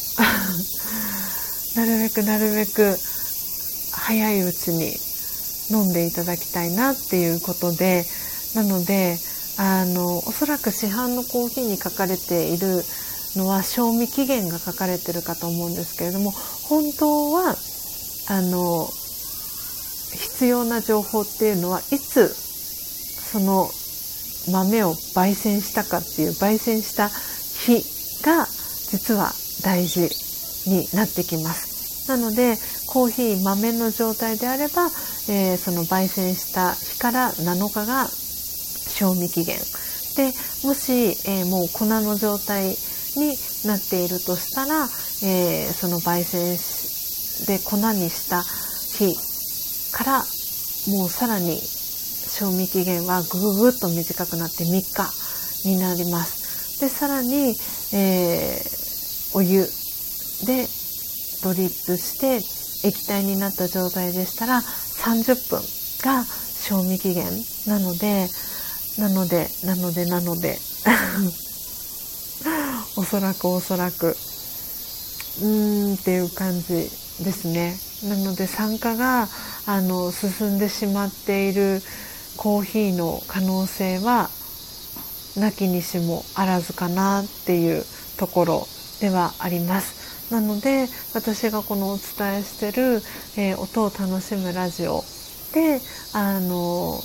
なるべくなるべく早いうちに飲んでいただきたいなっていうことで、なのであのおそらく市販のコーヒーに書かれているのは賞味期限が書かれているかと思うんですけれども、本当はあの必要な情報っていうのはいつその豆を焙煎したかっていう焙煎した日が実は大事になってきます。なのでコーヒー豆の状態であれば、えー、その焙煎した日からなのかが賞味期限で、もし、えー、もう粉の状態になっているとしたら、えー、その焙煎で粉にした日からもうさらに賞味期限はぐぐぐっと短くなってみっかになります。でさらに、えー、お湯でドリップして液体になった状態でしたらさんじゅっぷんが賞味期限なのでなのでなのでなのでおそらくおそらくうーんっていう感じですね。なので酸化があの進んでしまっているコーヒーの可能性はなきにしもあらずかなっていうところではあります。なので私がこのお伝えしてる、えー、音を楽しむラジオであの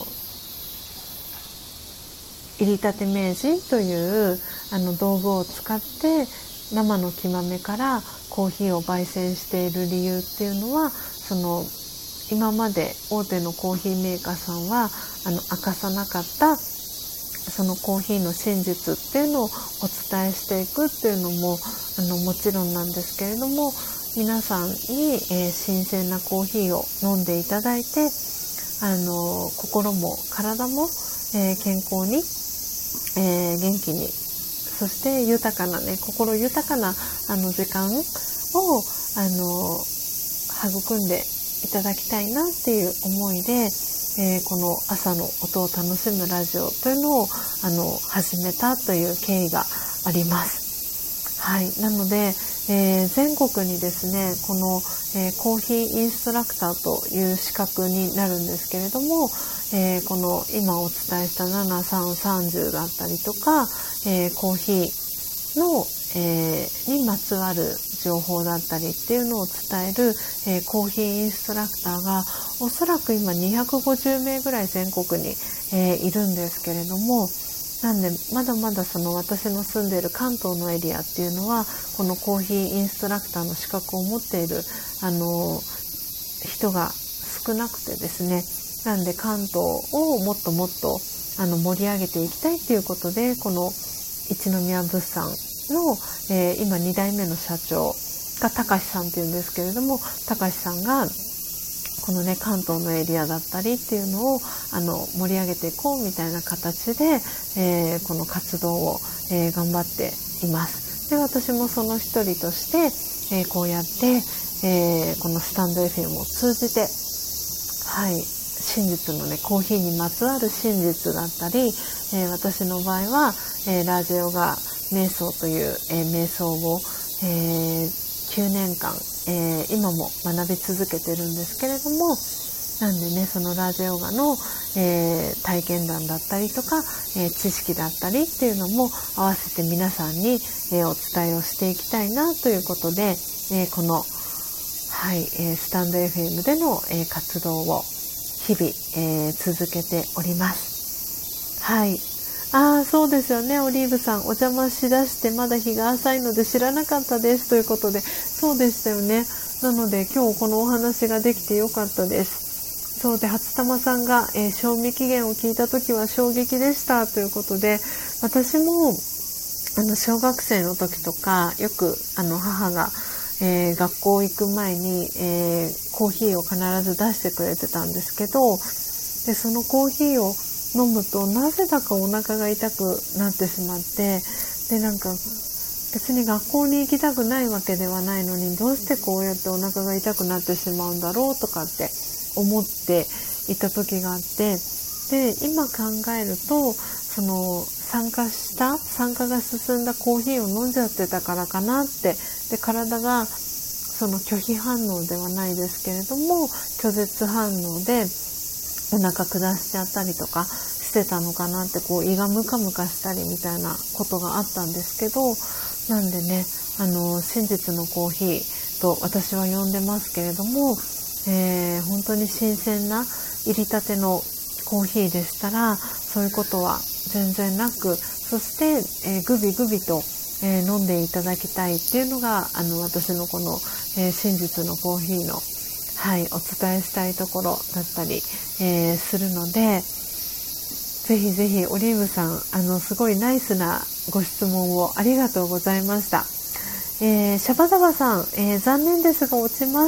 入りたて名人というあの道具を使って生の木豆からコーヒーを焙煎している理由っていうのは、その今まで大手のコーヒーメーカーさんはあの明かさなかったそのコーヒーの真実っていうのをお伝えしていくっていうのもあのもちろんなんですけれども、皆さんに、えー、新鮮なコーヒーを飲んでいただいて、あの心も体も、えー、健康に、えー、元気にそして豊かなね、心豊かなあの時間をあの育んでいただきたいなっていう思いで、えー、この朝の音を楽しむラジオというのをあの始めたという経緯があります。はい、なので、えー、全国にですね、この、えー、コーヒーインストラクターという資格になるんですけれども、えー、この今お伝えしたななさんさんじゅうだったりとか、えー、コーヒーの、えー、にまつわる情報だったりっていうのを伝える、えー、コーヒーインストラクターがおそらく今にひゃくごじゅうめいぐらい全国に、えー、いるんですけれども、なんでまだまだその私の住んでいる関東のエリアっていうのはこのコーヒーインストラクターの資格を持っているあの人が少なくてですね、なんで関東をもっともっとあの盛り上げていきたいということで、この一宮物産の、えー、今にだいめの社長が高橋さんっていうんですけれども、高橋さんがこのね関東のエリアだったりっていうのをあの盛り上げていこうみたいな形で、えー、この活動を、えー、頑張っています。で、私もその一人として、えー、こうやって、えー、このスタンド エフエム を通じて、はい、真実のねコーヒーにまつわる真実だったり、えー、私の場合は、えー、ラジオが瞑想という、えー、瞑想を、えー、きゅうねんかん、えー、今も学び続けてるんですけれども、なんでねそのラジオガの、えー、体験談だったりとか、えー、知識だったりっていうのも合わせて皆さんに、えー、お伝えをしていきたいなということで、えー、この、はいえー、スタンド エフエム での、えー、活動を日々、えー、続けております。はい。ああ、そうですよね。オリーブさん、お邪魔しだしてまだ日が浅いので知らなかったですということで、そうでしたよね。なので今日このお話ができてよかったです。そうで、初玉さんが、えー、賞味期限を聞いた時は衝撃でしたということで、私もあの小学生の時とかよくあの母が、えー、学校行く前に、えー、コーヒーを必ず出してくれてたんですけど、でそのコーヒーを飲むとなぜだかお腹が痛くなってしまって、でなんか別に学校に行きたくないわけではないのにどうしてこうやってお腹が痛くなってしまうんだろうとかって思っていた時があって、で今考えるとその酸化した酸化が進んだコーヒーを飲んじゃってたからかなって、で体がその拒否反応ではないですけれども拒絶反応でお腹下しちゃったりとかしてたのかなって、こう胃がムカムカしたりみたいなことがあったんですけど、なんでねあの真実のコーヒーと私は呼んでますけれども、えー、本当に新鮮な入りたてのコーヒーでしたらそういうことは全然なく、そして、えー、グビグビと、えー、飲んでいただきたいっていうのがあの私のこの、えー、真実のコーヒーの、はい、お伝えしたいところだったり、えー、するので、ぜひぜひオリーブさんあのすごいナイスなご質問をありがとうございました。えー、シャバダバさん、えー、残念ですが落ちます、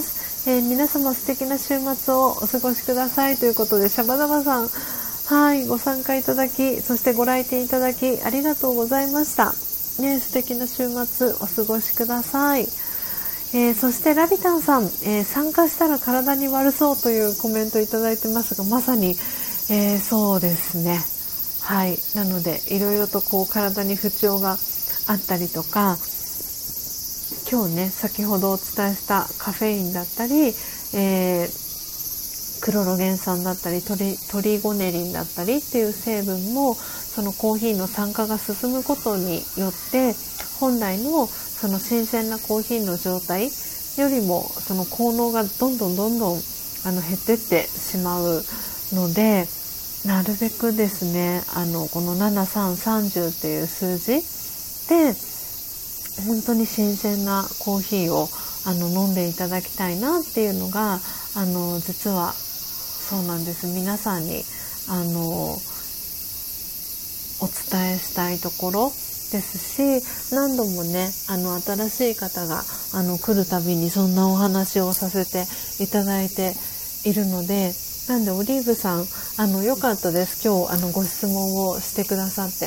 えー、皆様素敵な週末をお過ごしくださいということで、シャバダバさん、はいご参加いただき、そしてご来店いただきありがとうございました、ね、素敵な週末お過ごしください。えー、そしてラビタンさん、えー、参加したら体に悪そうというコメントいただいてますが、まさに、えー、そうですね。はい。なのでいろいろとこう体に不調があったりとか、今日ね先ほどお伝えしたカフェインだったり、えー、クロロゲン酸だったりトリ、トリゴネリンだったりっていう成分もそのコーヒーの酸化が進むことによって本来のその新鮮なコーヒーの状態よりもその効能がどんどんどんどんあの減ってってしまうので、なるべくですねあのこのななさんさんじゅうっていう数字で本当に新鮮なコーヒーをあの飲んでいただきたいなっていうのがあの実はそうなんです。皆さんにあのお伝えしたいところですし、何度もねあの新しい方があの来るたびにそんなお話をさせていただいているので、なんでオリーブさんあのよかったです。今日あのご質問をしてくださって、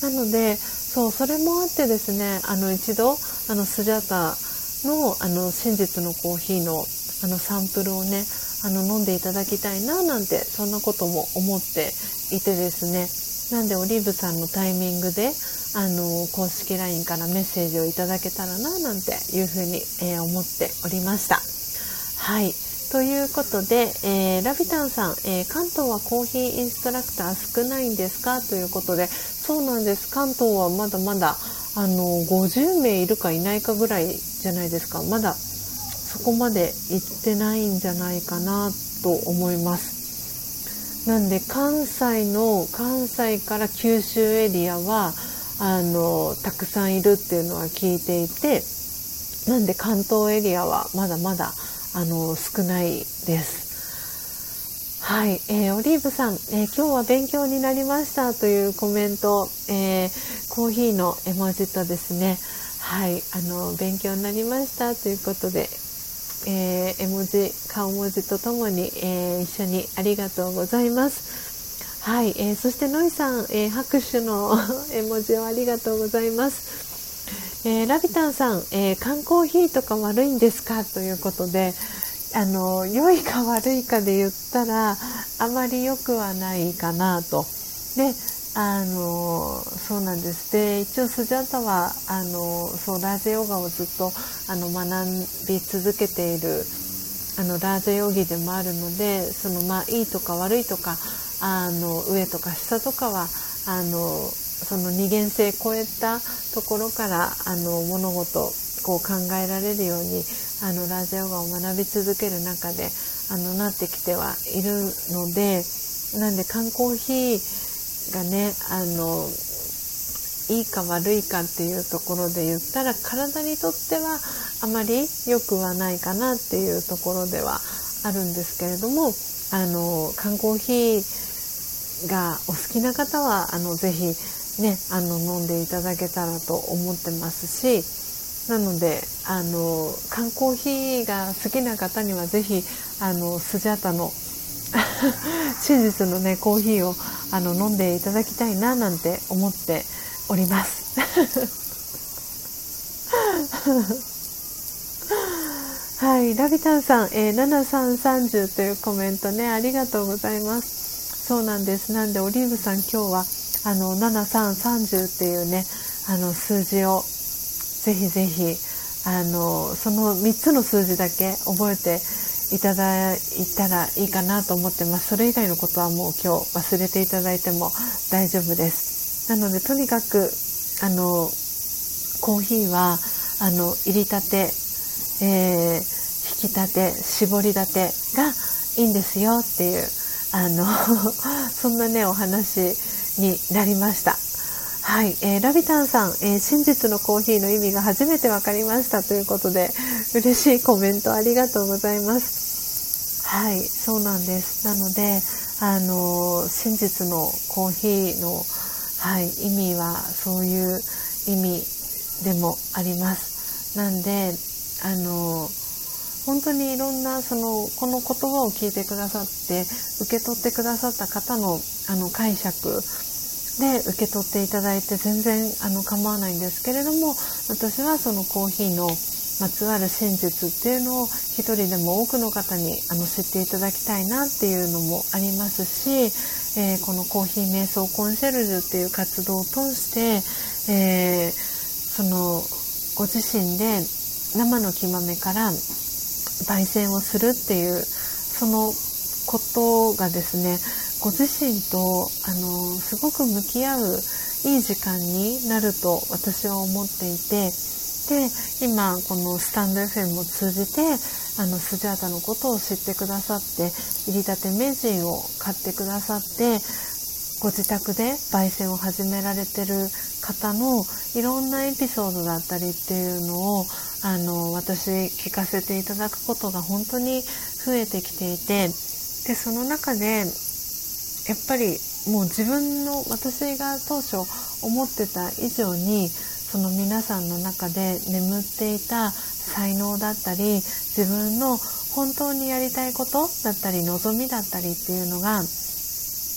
なのでそうそれもあってですね、あの一度あのスジャータのあの真実のコーヒーのあのサンプルをねあの飲んでいただきたいななんて、そんなことも思っていてですね、なんでオリーブさんのタイミングであの公式 ライン からメッセージをいただけたらななんていうふうに、えー、思っておりました。はい、ということで、えー、ラビタンさん、えー、関東はコーヒーインストラクター少ないんですかということで、そうなんです。関東はまだまだあのごじゅうめいいるかいないかぐらいじゃないですか。まだそこまで行ってないんじゃないかなと思います。なんで関西の関西から九州エリアはあのたくさんいるっていうのは聞いていて、なんで関東エリアはまだまだあの少ないです。はい、えー、オリーブさん、えー、今日は勉強になりましたというコメント、えー、コーヒーの絵文字とですね、はい、あの勉強になりましたということで、えー、絵文字顔文字とともに、えー、一緒にありがとうございます。はい、えー、そしてノイさん、えー、拍手の絵文字をありがとうございます。えー、ラビタンさん、えー、缶コーヒーとか悪いんですかということで、あの良いか悪いかで言ったらあまり良くはないかなと。で、あのそうなんです。で、一応スジャータはあのそうラージェヨガをずっとあの学び続けているあのラージェヨギでもあるので、そのまあいいとか悪いとかあの上とか下とかはあのその二元性超えたところからあの物事こう考えられるようにあのラージャヨガを学び続ける中であのなってきてはいるので、なんで缶コーヒーがねあのいいか悪いかっていうところで言ったら体にとってはあまり良くはないかなっていうところではあるんですけれども、あの缶コーヒーがお好きな方はあのぜひねあの飲んでいただけたらと思ってますし、なのであの缶コーヒーが好きな方にはぜひあのスジャータの真実のねコーヒーをあの飲んでいただきたいななんて思っておりますはい、ラビタンさん、えー、ななさんさんぜろというコメントねありがとうございます。そうなんです。なんでオリーブさん今日はあのななさんさんぜろっていうねあの数字をぜひぜひあのそのみっつの数字だけ覚えていただいたらいいかなと思ってます。それ以外のことはもう今日忘れていただいても大丈夫です。なのでとにかくあのコーヒーはあの入りたて、えー、引きたて絞りたてがいいんですよっていうあのそんなねお話になりました。はい、えー、ラビタンさん、えー、真実のコーヒーの意味が初めて分かりましたということで嬉しいコメントありがとうございます。はい、そうなんです。なのであの真実のコーヒーの、はい、意味はそういう意味でもあります。なんであの本当にいろんなそのこの言葉を聞いてくださって受け取ってくださった方のあの解釈で受け取っていただいて全然あの構わないんですけれども、私はそのコーヒーのまつわる真実っていうのを一人でも多くの方にあの知っていただきたいなっていうのもありますし、えー、このコーヒー瞑想コンシェルジュっていう活動を通して、えー、そのご自身で生の木豆から焙煎をするっていうそのことがですね、ご自身とあのすごく向き合ういい時間になると私は思っていて、で今このスタンド エフエム を通じてあのスジャータのことを知ってくださって、入りたて名人を買ってくださってご自宅で焙煎を始められてる方のいろんなエピソードだったりっていうのをあの私聞かせていただくことが本当に増えてきていて、でその中でやっぱりもう自分の私が当初思ってた以上にその皆さんの中で眠っていた才能だったり自分の本当にやりたいことだったり望みだったりっていうのが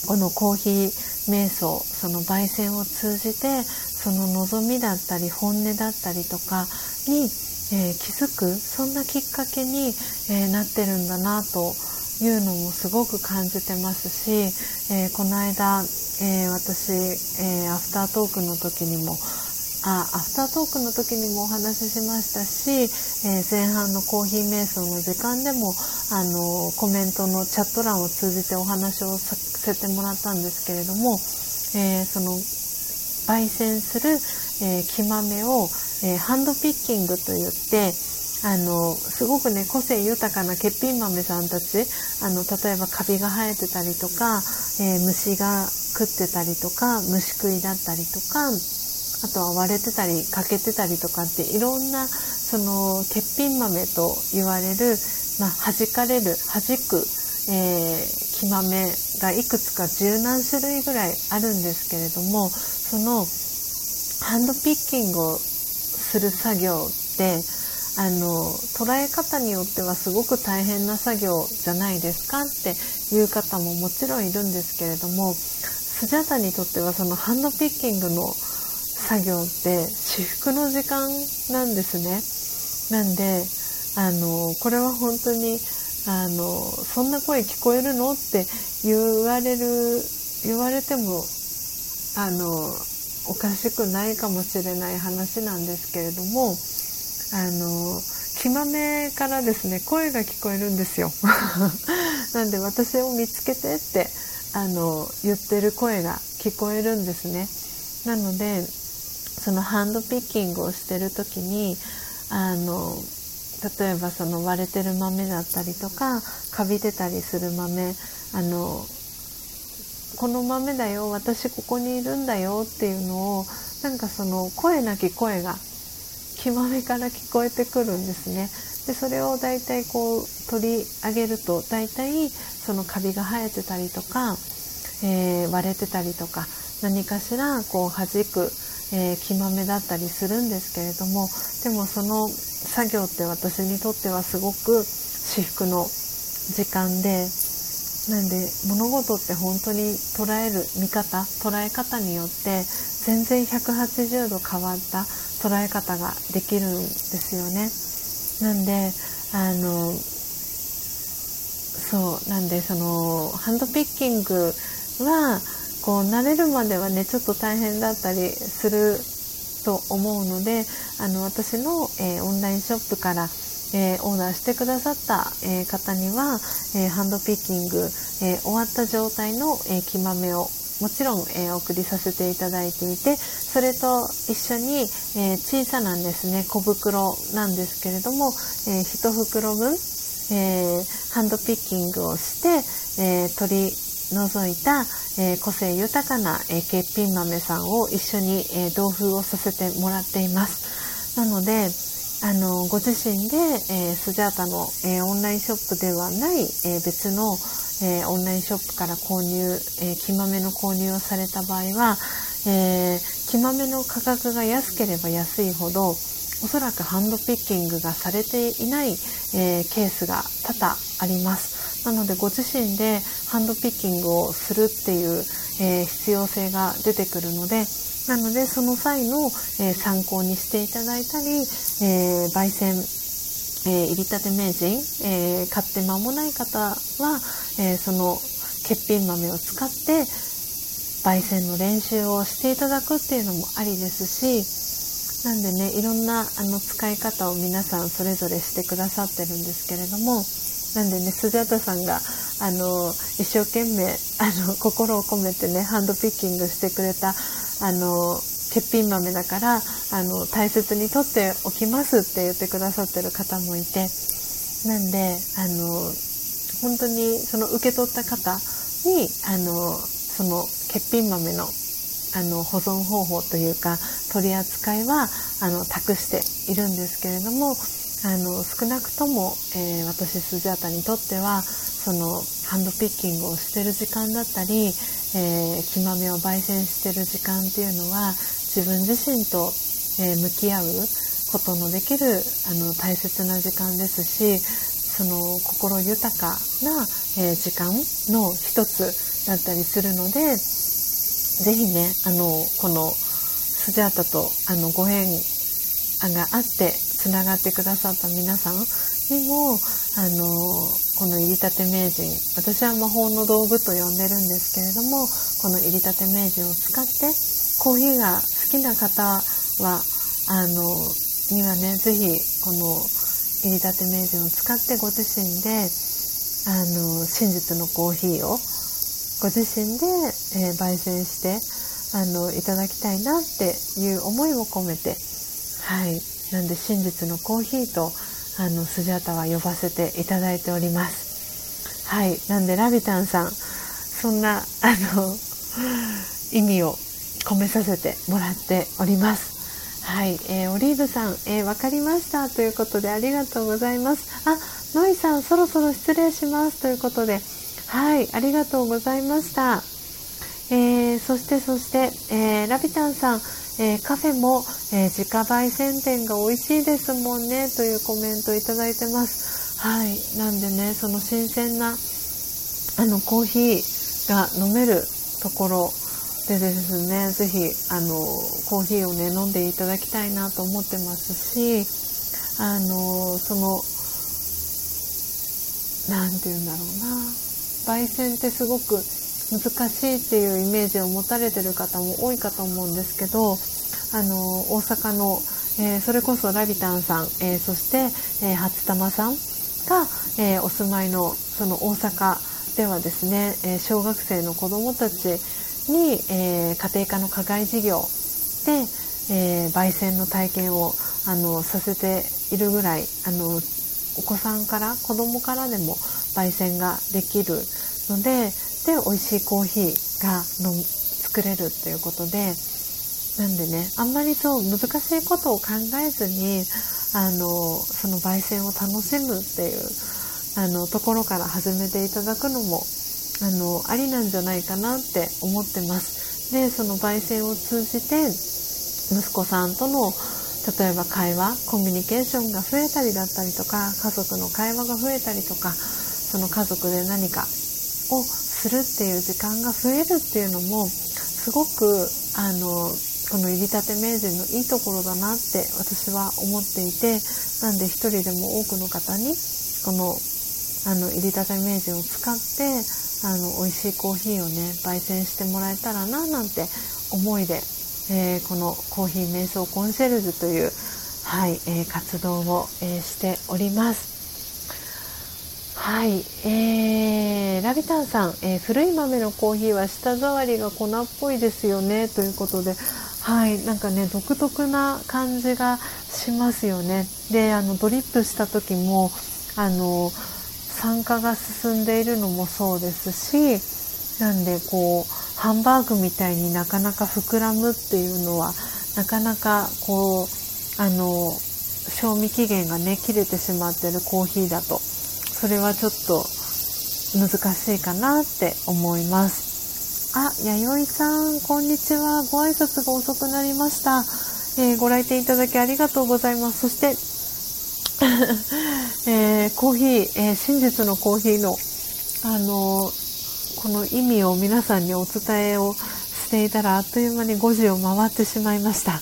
このコーヒー瞑想、その焙煎を通じてその望みだったり本音だったりとかに、えー、気づく、そんなきっかけに、えー、なってるんだなというのもすごく感じてますし、えー、この間、えー、私、えー、アフタートークの時にもあアフタートークの時にもお話ししましたし、えー、前半のコーヒー瞑想の時間でもあのコメントのチャット欄を通じてお話をさせてもらったんですけれども、えー、その焙煎する、えー、木豆を、えー、ハンドピッキングといってあのすごくね個性豊かな欠品豆さんたち、あの例えばカビが生えてたりとか、えー、虫が食ってたりとか虫食いだったりとか、あとは割れてたり欠けてたりとかっていろんなその欠品豆と言われる、まあ、弾かれる弾く、えー、木豆がいくつか十何種類ぐらいあるんですけれども、そのハンドピッキングをする作業ってあの捉え方によってはすごく大変な作業じゃないですかっていう方ももちろんいるんですけれども、スジャタにとってはそのハンドピッキングの作業って至福の時間なんですね。なんであのこれは本当にあのそんな声聞こえるのって言われる言われてもあのおかしくないかもしれない話なんですけれども、あの木豆からですね声が聞こえるんですよなんで私を見つけてってあの言ってる声が聞こえるんですね。なのでそのハンドピッキングをしてる時にあの例えばその割れてる豆だったりとかカビてたりする豆、あのこの豆だよ、私ここにいるんだよっていうのをなんかその声なき声が木豆から聞こえてくるんですね。でそれをだいたいこう取り上げるとだいたいそのカビが生えてたりとか、えー、割れてたりとか何かしらこう弾く、えー、木豆だったりするんですけれども、でもその作業って私にとってはすごく至福の時間で、なんで物事って本当に捉える見方捉え方によって全然ひゃくはちじゅうど変わった捉え方ができるんですよね。なんであのそうなんでそのハンドピッキングはこう慣れるまではねちょっと大変だったりすると思うので、あの私の、えー、オンラインショップから、えー、オーダーしてくださった、えー、方には、えー、ハンドピッキング、えー、終わった状態の、えー、木豆をもちろん、えー、送りさせていただいていて、それと一緒に、えー、小さなんですね小袋なんですけれども、えー、いち袋分、えー、ハンドピッキングをして、えー、取り除いた、えー、個性豊かな、えー、欠品豆さんを一緒に、えー、同封をさせてもらっています。なのであのご自身で、えー、スジャータの、えー、オンラインショップではない、えー、別の、えー、オンラインショップから購入、えー、木豆の購入をされた場合は、えー、木豆の価格が安ければ安いほどおそらくハンドピッキングがされていない、えー、ケースが多々あります。なのでご自身でハンドピッキングをするっていう、えー、必要性が出てくるので、なのでその際の、えー、参考にしていただいたり、えー、焙煎、えー、入りたて名人、えー、買って間もない方は、えー、その欠品豆を使って焙煎の練習をしていただくっていうのもありですし、なんでねいろんなあの使い方を皆さんそれぞれしてくださってるんですけれども、なんでねスジャータさんがあの一生懸命あの心を込めてねハンドピッキングしてくれたあの欠品豆だからあの大切に取っておきますって言ってくださってる方もいて、なんであの本当にその受け取った方にあのその欠品豆のあの保存方法というか取り扱いはあの託しているんですけれども、あの少なくとも、えー、私スジャータにとってはそのハンドピッキングをしてる時間だったり、えー、木豆を焙煎してる時間っていうのは自分自身と、えー、向き合うことのできるあの大切な時間ですし、その心豊かな、えー、時間の一つだったりするので、ぜひね、あのこのスジャータとあのご縁があってつながってくださった皆さんにも、あのこの入りたて名人、私は魔法の道具と呼んでるんですけれども、この入りたて名人を使ってコーヒーが好きな方はあのにはね、ぜひこの入りたて名人を使ってご自身であの真実のコーヒーをご自身で、えー、焙煎してあのいただきたいなっていう思いを込めて、はい、なんで真実のコーヒーとあのスジャータは呼ばせていただいております。はい、なんでラビタンさん、そんなあの意味を込めさせてもらっております。はい、えー、オリーブさん、えー、分かりましたということでありがとうございます。あ、ノイさん、そろそろ失礼しますということで、はい、ありがとうございました。えー、そしてそして、えー、ラビタンさん、えー、カフェも、えー、自家焙煎店が美味しいですもんねというコメントいただいてます。はい、なんでね、その新鮮なあのコーヒーが飲めるところでですね、ぜひあのコーヒーをね飲んでいただきたいなと思ってますし、あのそのなんていうんだろうな、焙煎ってすごく難しいっていうイメージを持たれてる方も多いかと思うんですけど、あの大阪の、えー、それこそラビタンさん、えー、そして、えー、初玉さんが、えー、お住まいのその大阪ではですね、えー、小学生の子どもたちに、えー、家庭科の課外授業で、えー、焙煎の体験をあのさせているぐらい、あのお子さんから子供からでも焙煎ができるので、で美味しいコーヒーがの作れるっていうことで、なんでね、あんまりそう難しいことを考えずにあのその焙煎を楽しむっていうあのところから始めていただくのもあのありなんじゃないかなって思ってます。でその焙煎を通じて息子さんとの例えば会話、コミュニケーションが増えたりだったりとか、家族の会話が増えたりとか、その家族で何かをするっていう時間が増えるっていうのもすごくあのこの入りたて名人のいいところだなって私は思っていて、なんで一人でも多くの方にこのあの入りたて名人を使ってあの美味しいコーヒーをね焙煎してもらえたらななんて思いで、えー、このコーヒー瞑想コンシェルジュという、はいえー、活動を、えー、しております。はい、えー、ラビタンさん、えー、古い豆のコーヒーは舌触りが粉っぽいですよねということで、はい、なんかね独特な感じがしますよね。であのドリップした時もあの酸化が進んでいるのもそうですし、なんでこうハンバーグみたいになかなか膨らむっていうのはなかなかこうあの賞味期限がね切れてしまっているコーヒーだとそれはちょっと難しいかなって思います。あ、弥生さんこんにちは。ご挨拶が遅くなりました。えー、ご来店いただきありがとうございます。そしてえー、コーヒー、えー、真実のコーヒーの、あのー、この意味を皆さんにお伝えをしていたらあっという間にごじを回ってしまいました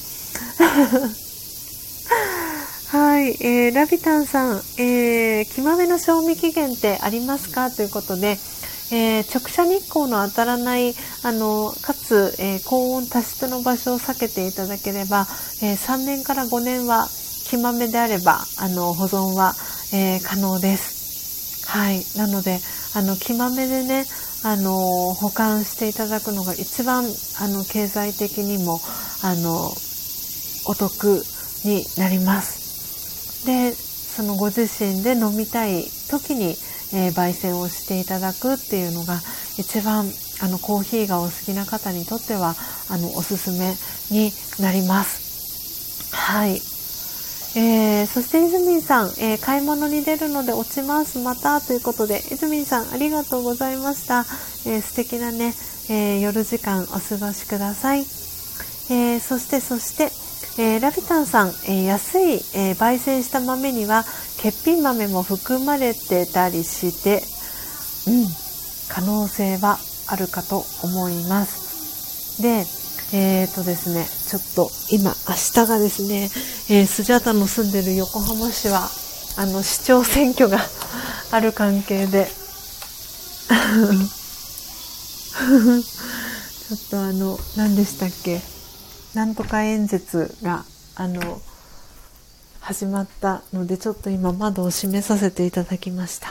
はい、えー、ラビタンさん、えー、木豆の賞味期限ってありますかということで、えー、直射日光の当たらないあのかつ、えー、高温多湿の場所を避けていただければ、えー、さんねんからごねんは木豆であればあの保存は、えー、可能です。はい、なのであの木豆でねあの保管していただくのが一番あの経済的にもあのお得になります。でそのご自身で飲みたい時に、えー、焙煎をしていただくっていうのが一番あのコーヒーがお好きな方にとってはあのおすすめになります。はい、えー、そしてイズミンさん、えー、買い物に出るので落ちますまたということで、イズミンさんありがとうございました。えー、素敵なね、えー、夜時間お過ごしください。えー、そしてそしてえー、ラビタンさん、えー、安い、えー、焙煎した豆には欠品豆も含まれてたりして、うん、可能性はあるかと思います。で、えーとですね、ちょっと今明日がですね、えー、スジャータの住んでる横浜市はあの市長選挙がある関係でちょっとあの何でしたっけ、なんとか演説があの始まったので、ちょっと今窓を閉めさせていただきました。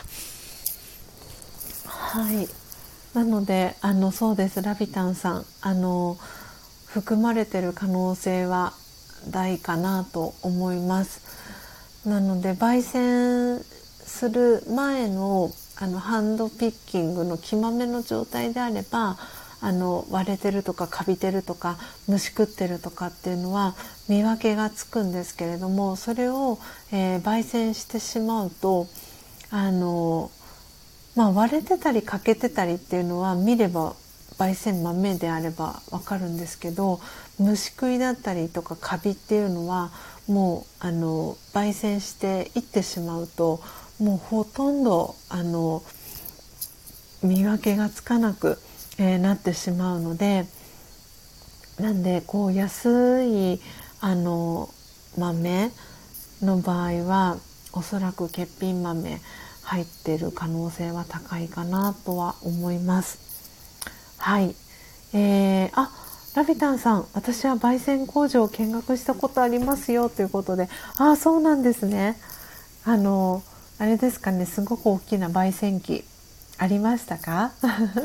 はい、なのであのそうです、ラビタンさん、あの含まれてる可能性は大かなと思います。なので焙煎する前のあのハンドピッキングの生豆の状態であれば、あの割れてるとかカビてるとか虫食ってるとかっていうのは見分けがつくんですけれども、それを、えー、焙煎してしまうとあの、まあ、割れてたり欠けてたりっていうのは見れば焙煎豆であればわかるんですけど、虫食いだったりとかカビっていうのはもうあの焙煎していってしまうともうほとんどあの見分けがつかなく、えー、なってしまうので、なんでこう安いあの豆の場合はおそらく欠品豆入ってる可能性は高いかなとは思います。はい、えー、あラビタンさん、私は焙煎工場を見学したことありますよということで、あ、そうなんですね。あのあれですかね、すごく大きな焙煎機ありましたか？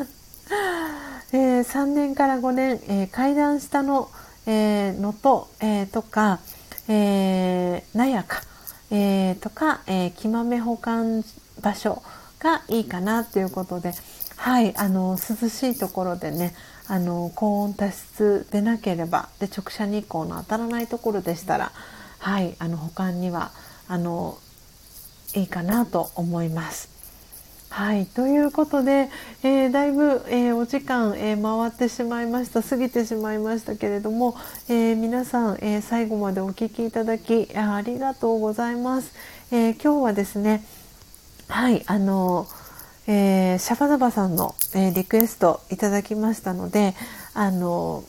えー、さんねんからごねん、えー、階段下の、えー、のと、えー、とか、えー、納屋か、えー、とか、えー、木豆保管場所がいいかなということで、はい、あの涼しいところでね、あの高温多湿でなければ、で直射日光の当たらないところでしたら、はい、あの保管にはあのいいかなと思います。はい、ということで、えー、だいぶ、えー、お時間、えー、回ってしまいました、過ぎてしまいましたけれども、えー、皆さん、えー、最後までお聞きいただき あ, ありがとうございます。えー、今日はですね、はい、あの、えー、シャバダバさんの、えー、リクエストいただきましたので、あの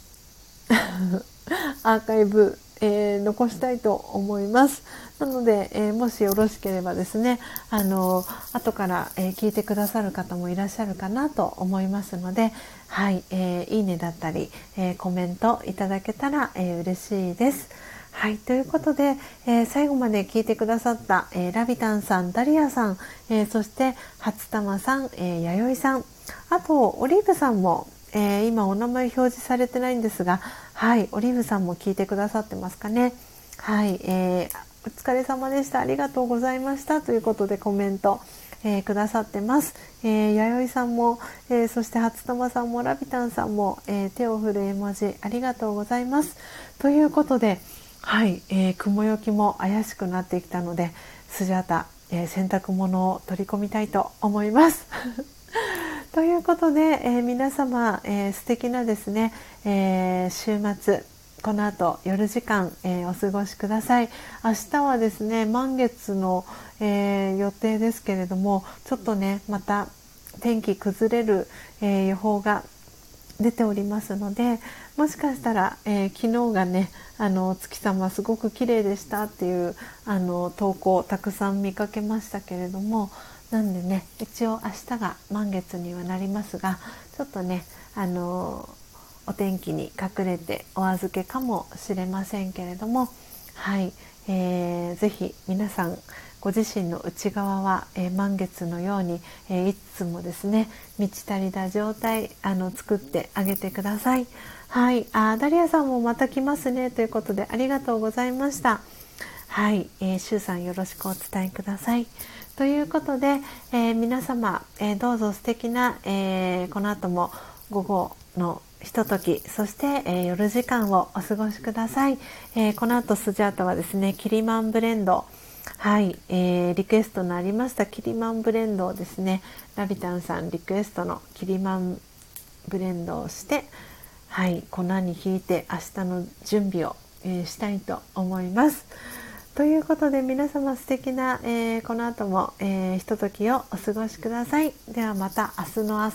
アーカイブ、えー、残したいと思います。なので、えー、もしよろしければですね、あの後から、えー、聞いてくださる方もいらっしゃるかなと思いますので、はい、えー、いいねだったり、えー、コメントいただけたら、えー、嬉しいです。はい、ということで、えー、最後まで聞いてくださった、えー、ラビタンさん、ダリアさん、えー、そして初玉さん、えー、弥生さん、あとオリーブさんも、えー、今お名前表示されてないんですが、はい、オリーブさんも聞いてくださってますかね。はい、えー、お疲れ様でした、ありがとうございましたということでコメント、えー、くださってます。えー、弥生さんも、えー、そして初玉さんもラビタンさんも、えー、手を振る絵文字ありがとうございます。ということで、はい、えー、雲行きも怪しくなってきたので、スジャータ、えー、洗濯物を取り込みたいと思います。ということで、えー、皆様、えー、素敵なですね、えー、週末、この後夜時間、えー、お過ごしください。明日はですね、満月の、えー、予定ですけれども、ちょっとね、また天気崩れる、えー、予報が出ておりますので、もしかしたら、えー、昨日がね、あの月様すごく綺麗でしたっていうあの投稿をたくさん見かけましたけれども、なんでね、一応明日が満月にはなりますが、ちょっとね、あのお天気に隠れてお預けかもしれませんけれども、はい、えー、ぜひ皆さんご自身の内側は、えー、満月のように、えー、いつもですね、満ち足りた状態あの作ってあげてください。はい、あ、ダリアさんもまた来ますねということでありがとうございました。はい、えー、シュウさんよろしくお伝えください。ということで、えー、皆様、えー、どうぞ素敵な、えー、この後も午後のひととき、そして、えー、夜時間をお過ごしください。えー、この後スジャータはですね、キリマンブレンド、はい、えー、リクエストのありましたキリマンブレンドをですね、ラビタンさんリクエストのキリマンブレンドをして、はい、粉にひいて明日の準備を、えー、したいと思います。ということで皆様素敵な、えー、この後も、えー、ひとときをお過ごしください。ではまた明日の朝、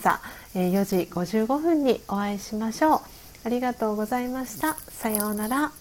よじごじゅうごふんにお会いしましょう。ありがとうございました。さようなら。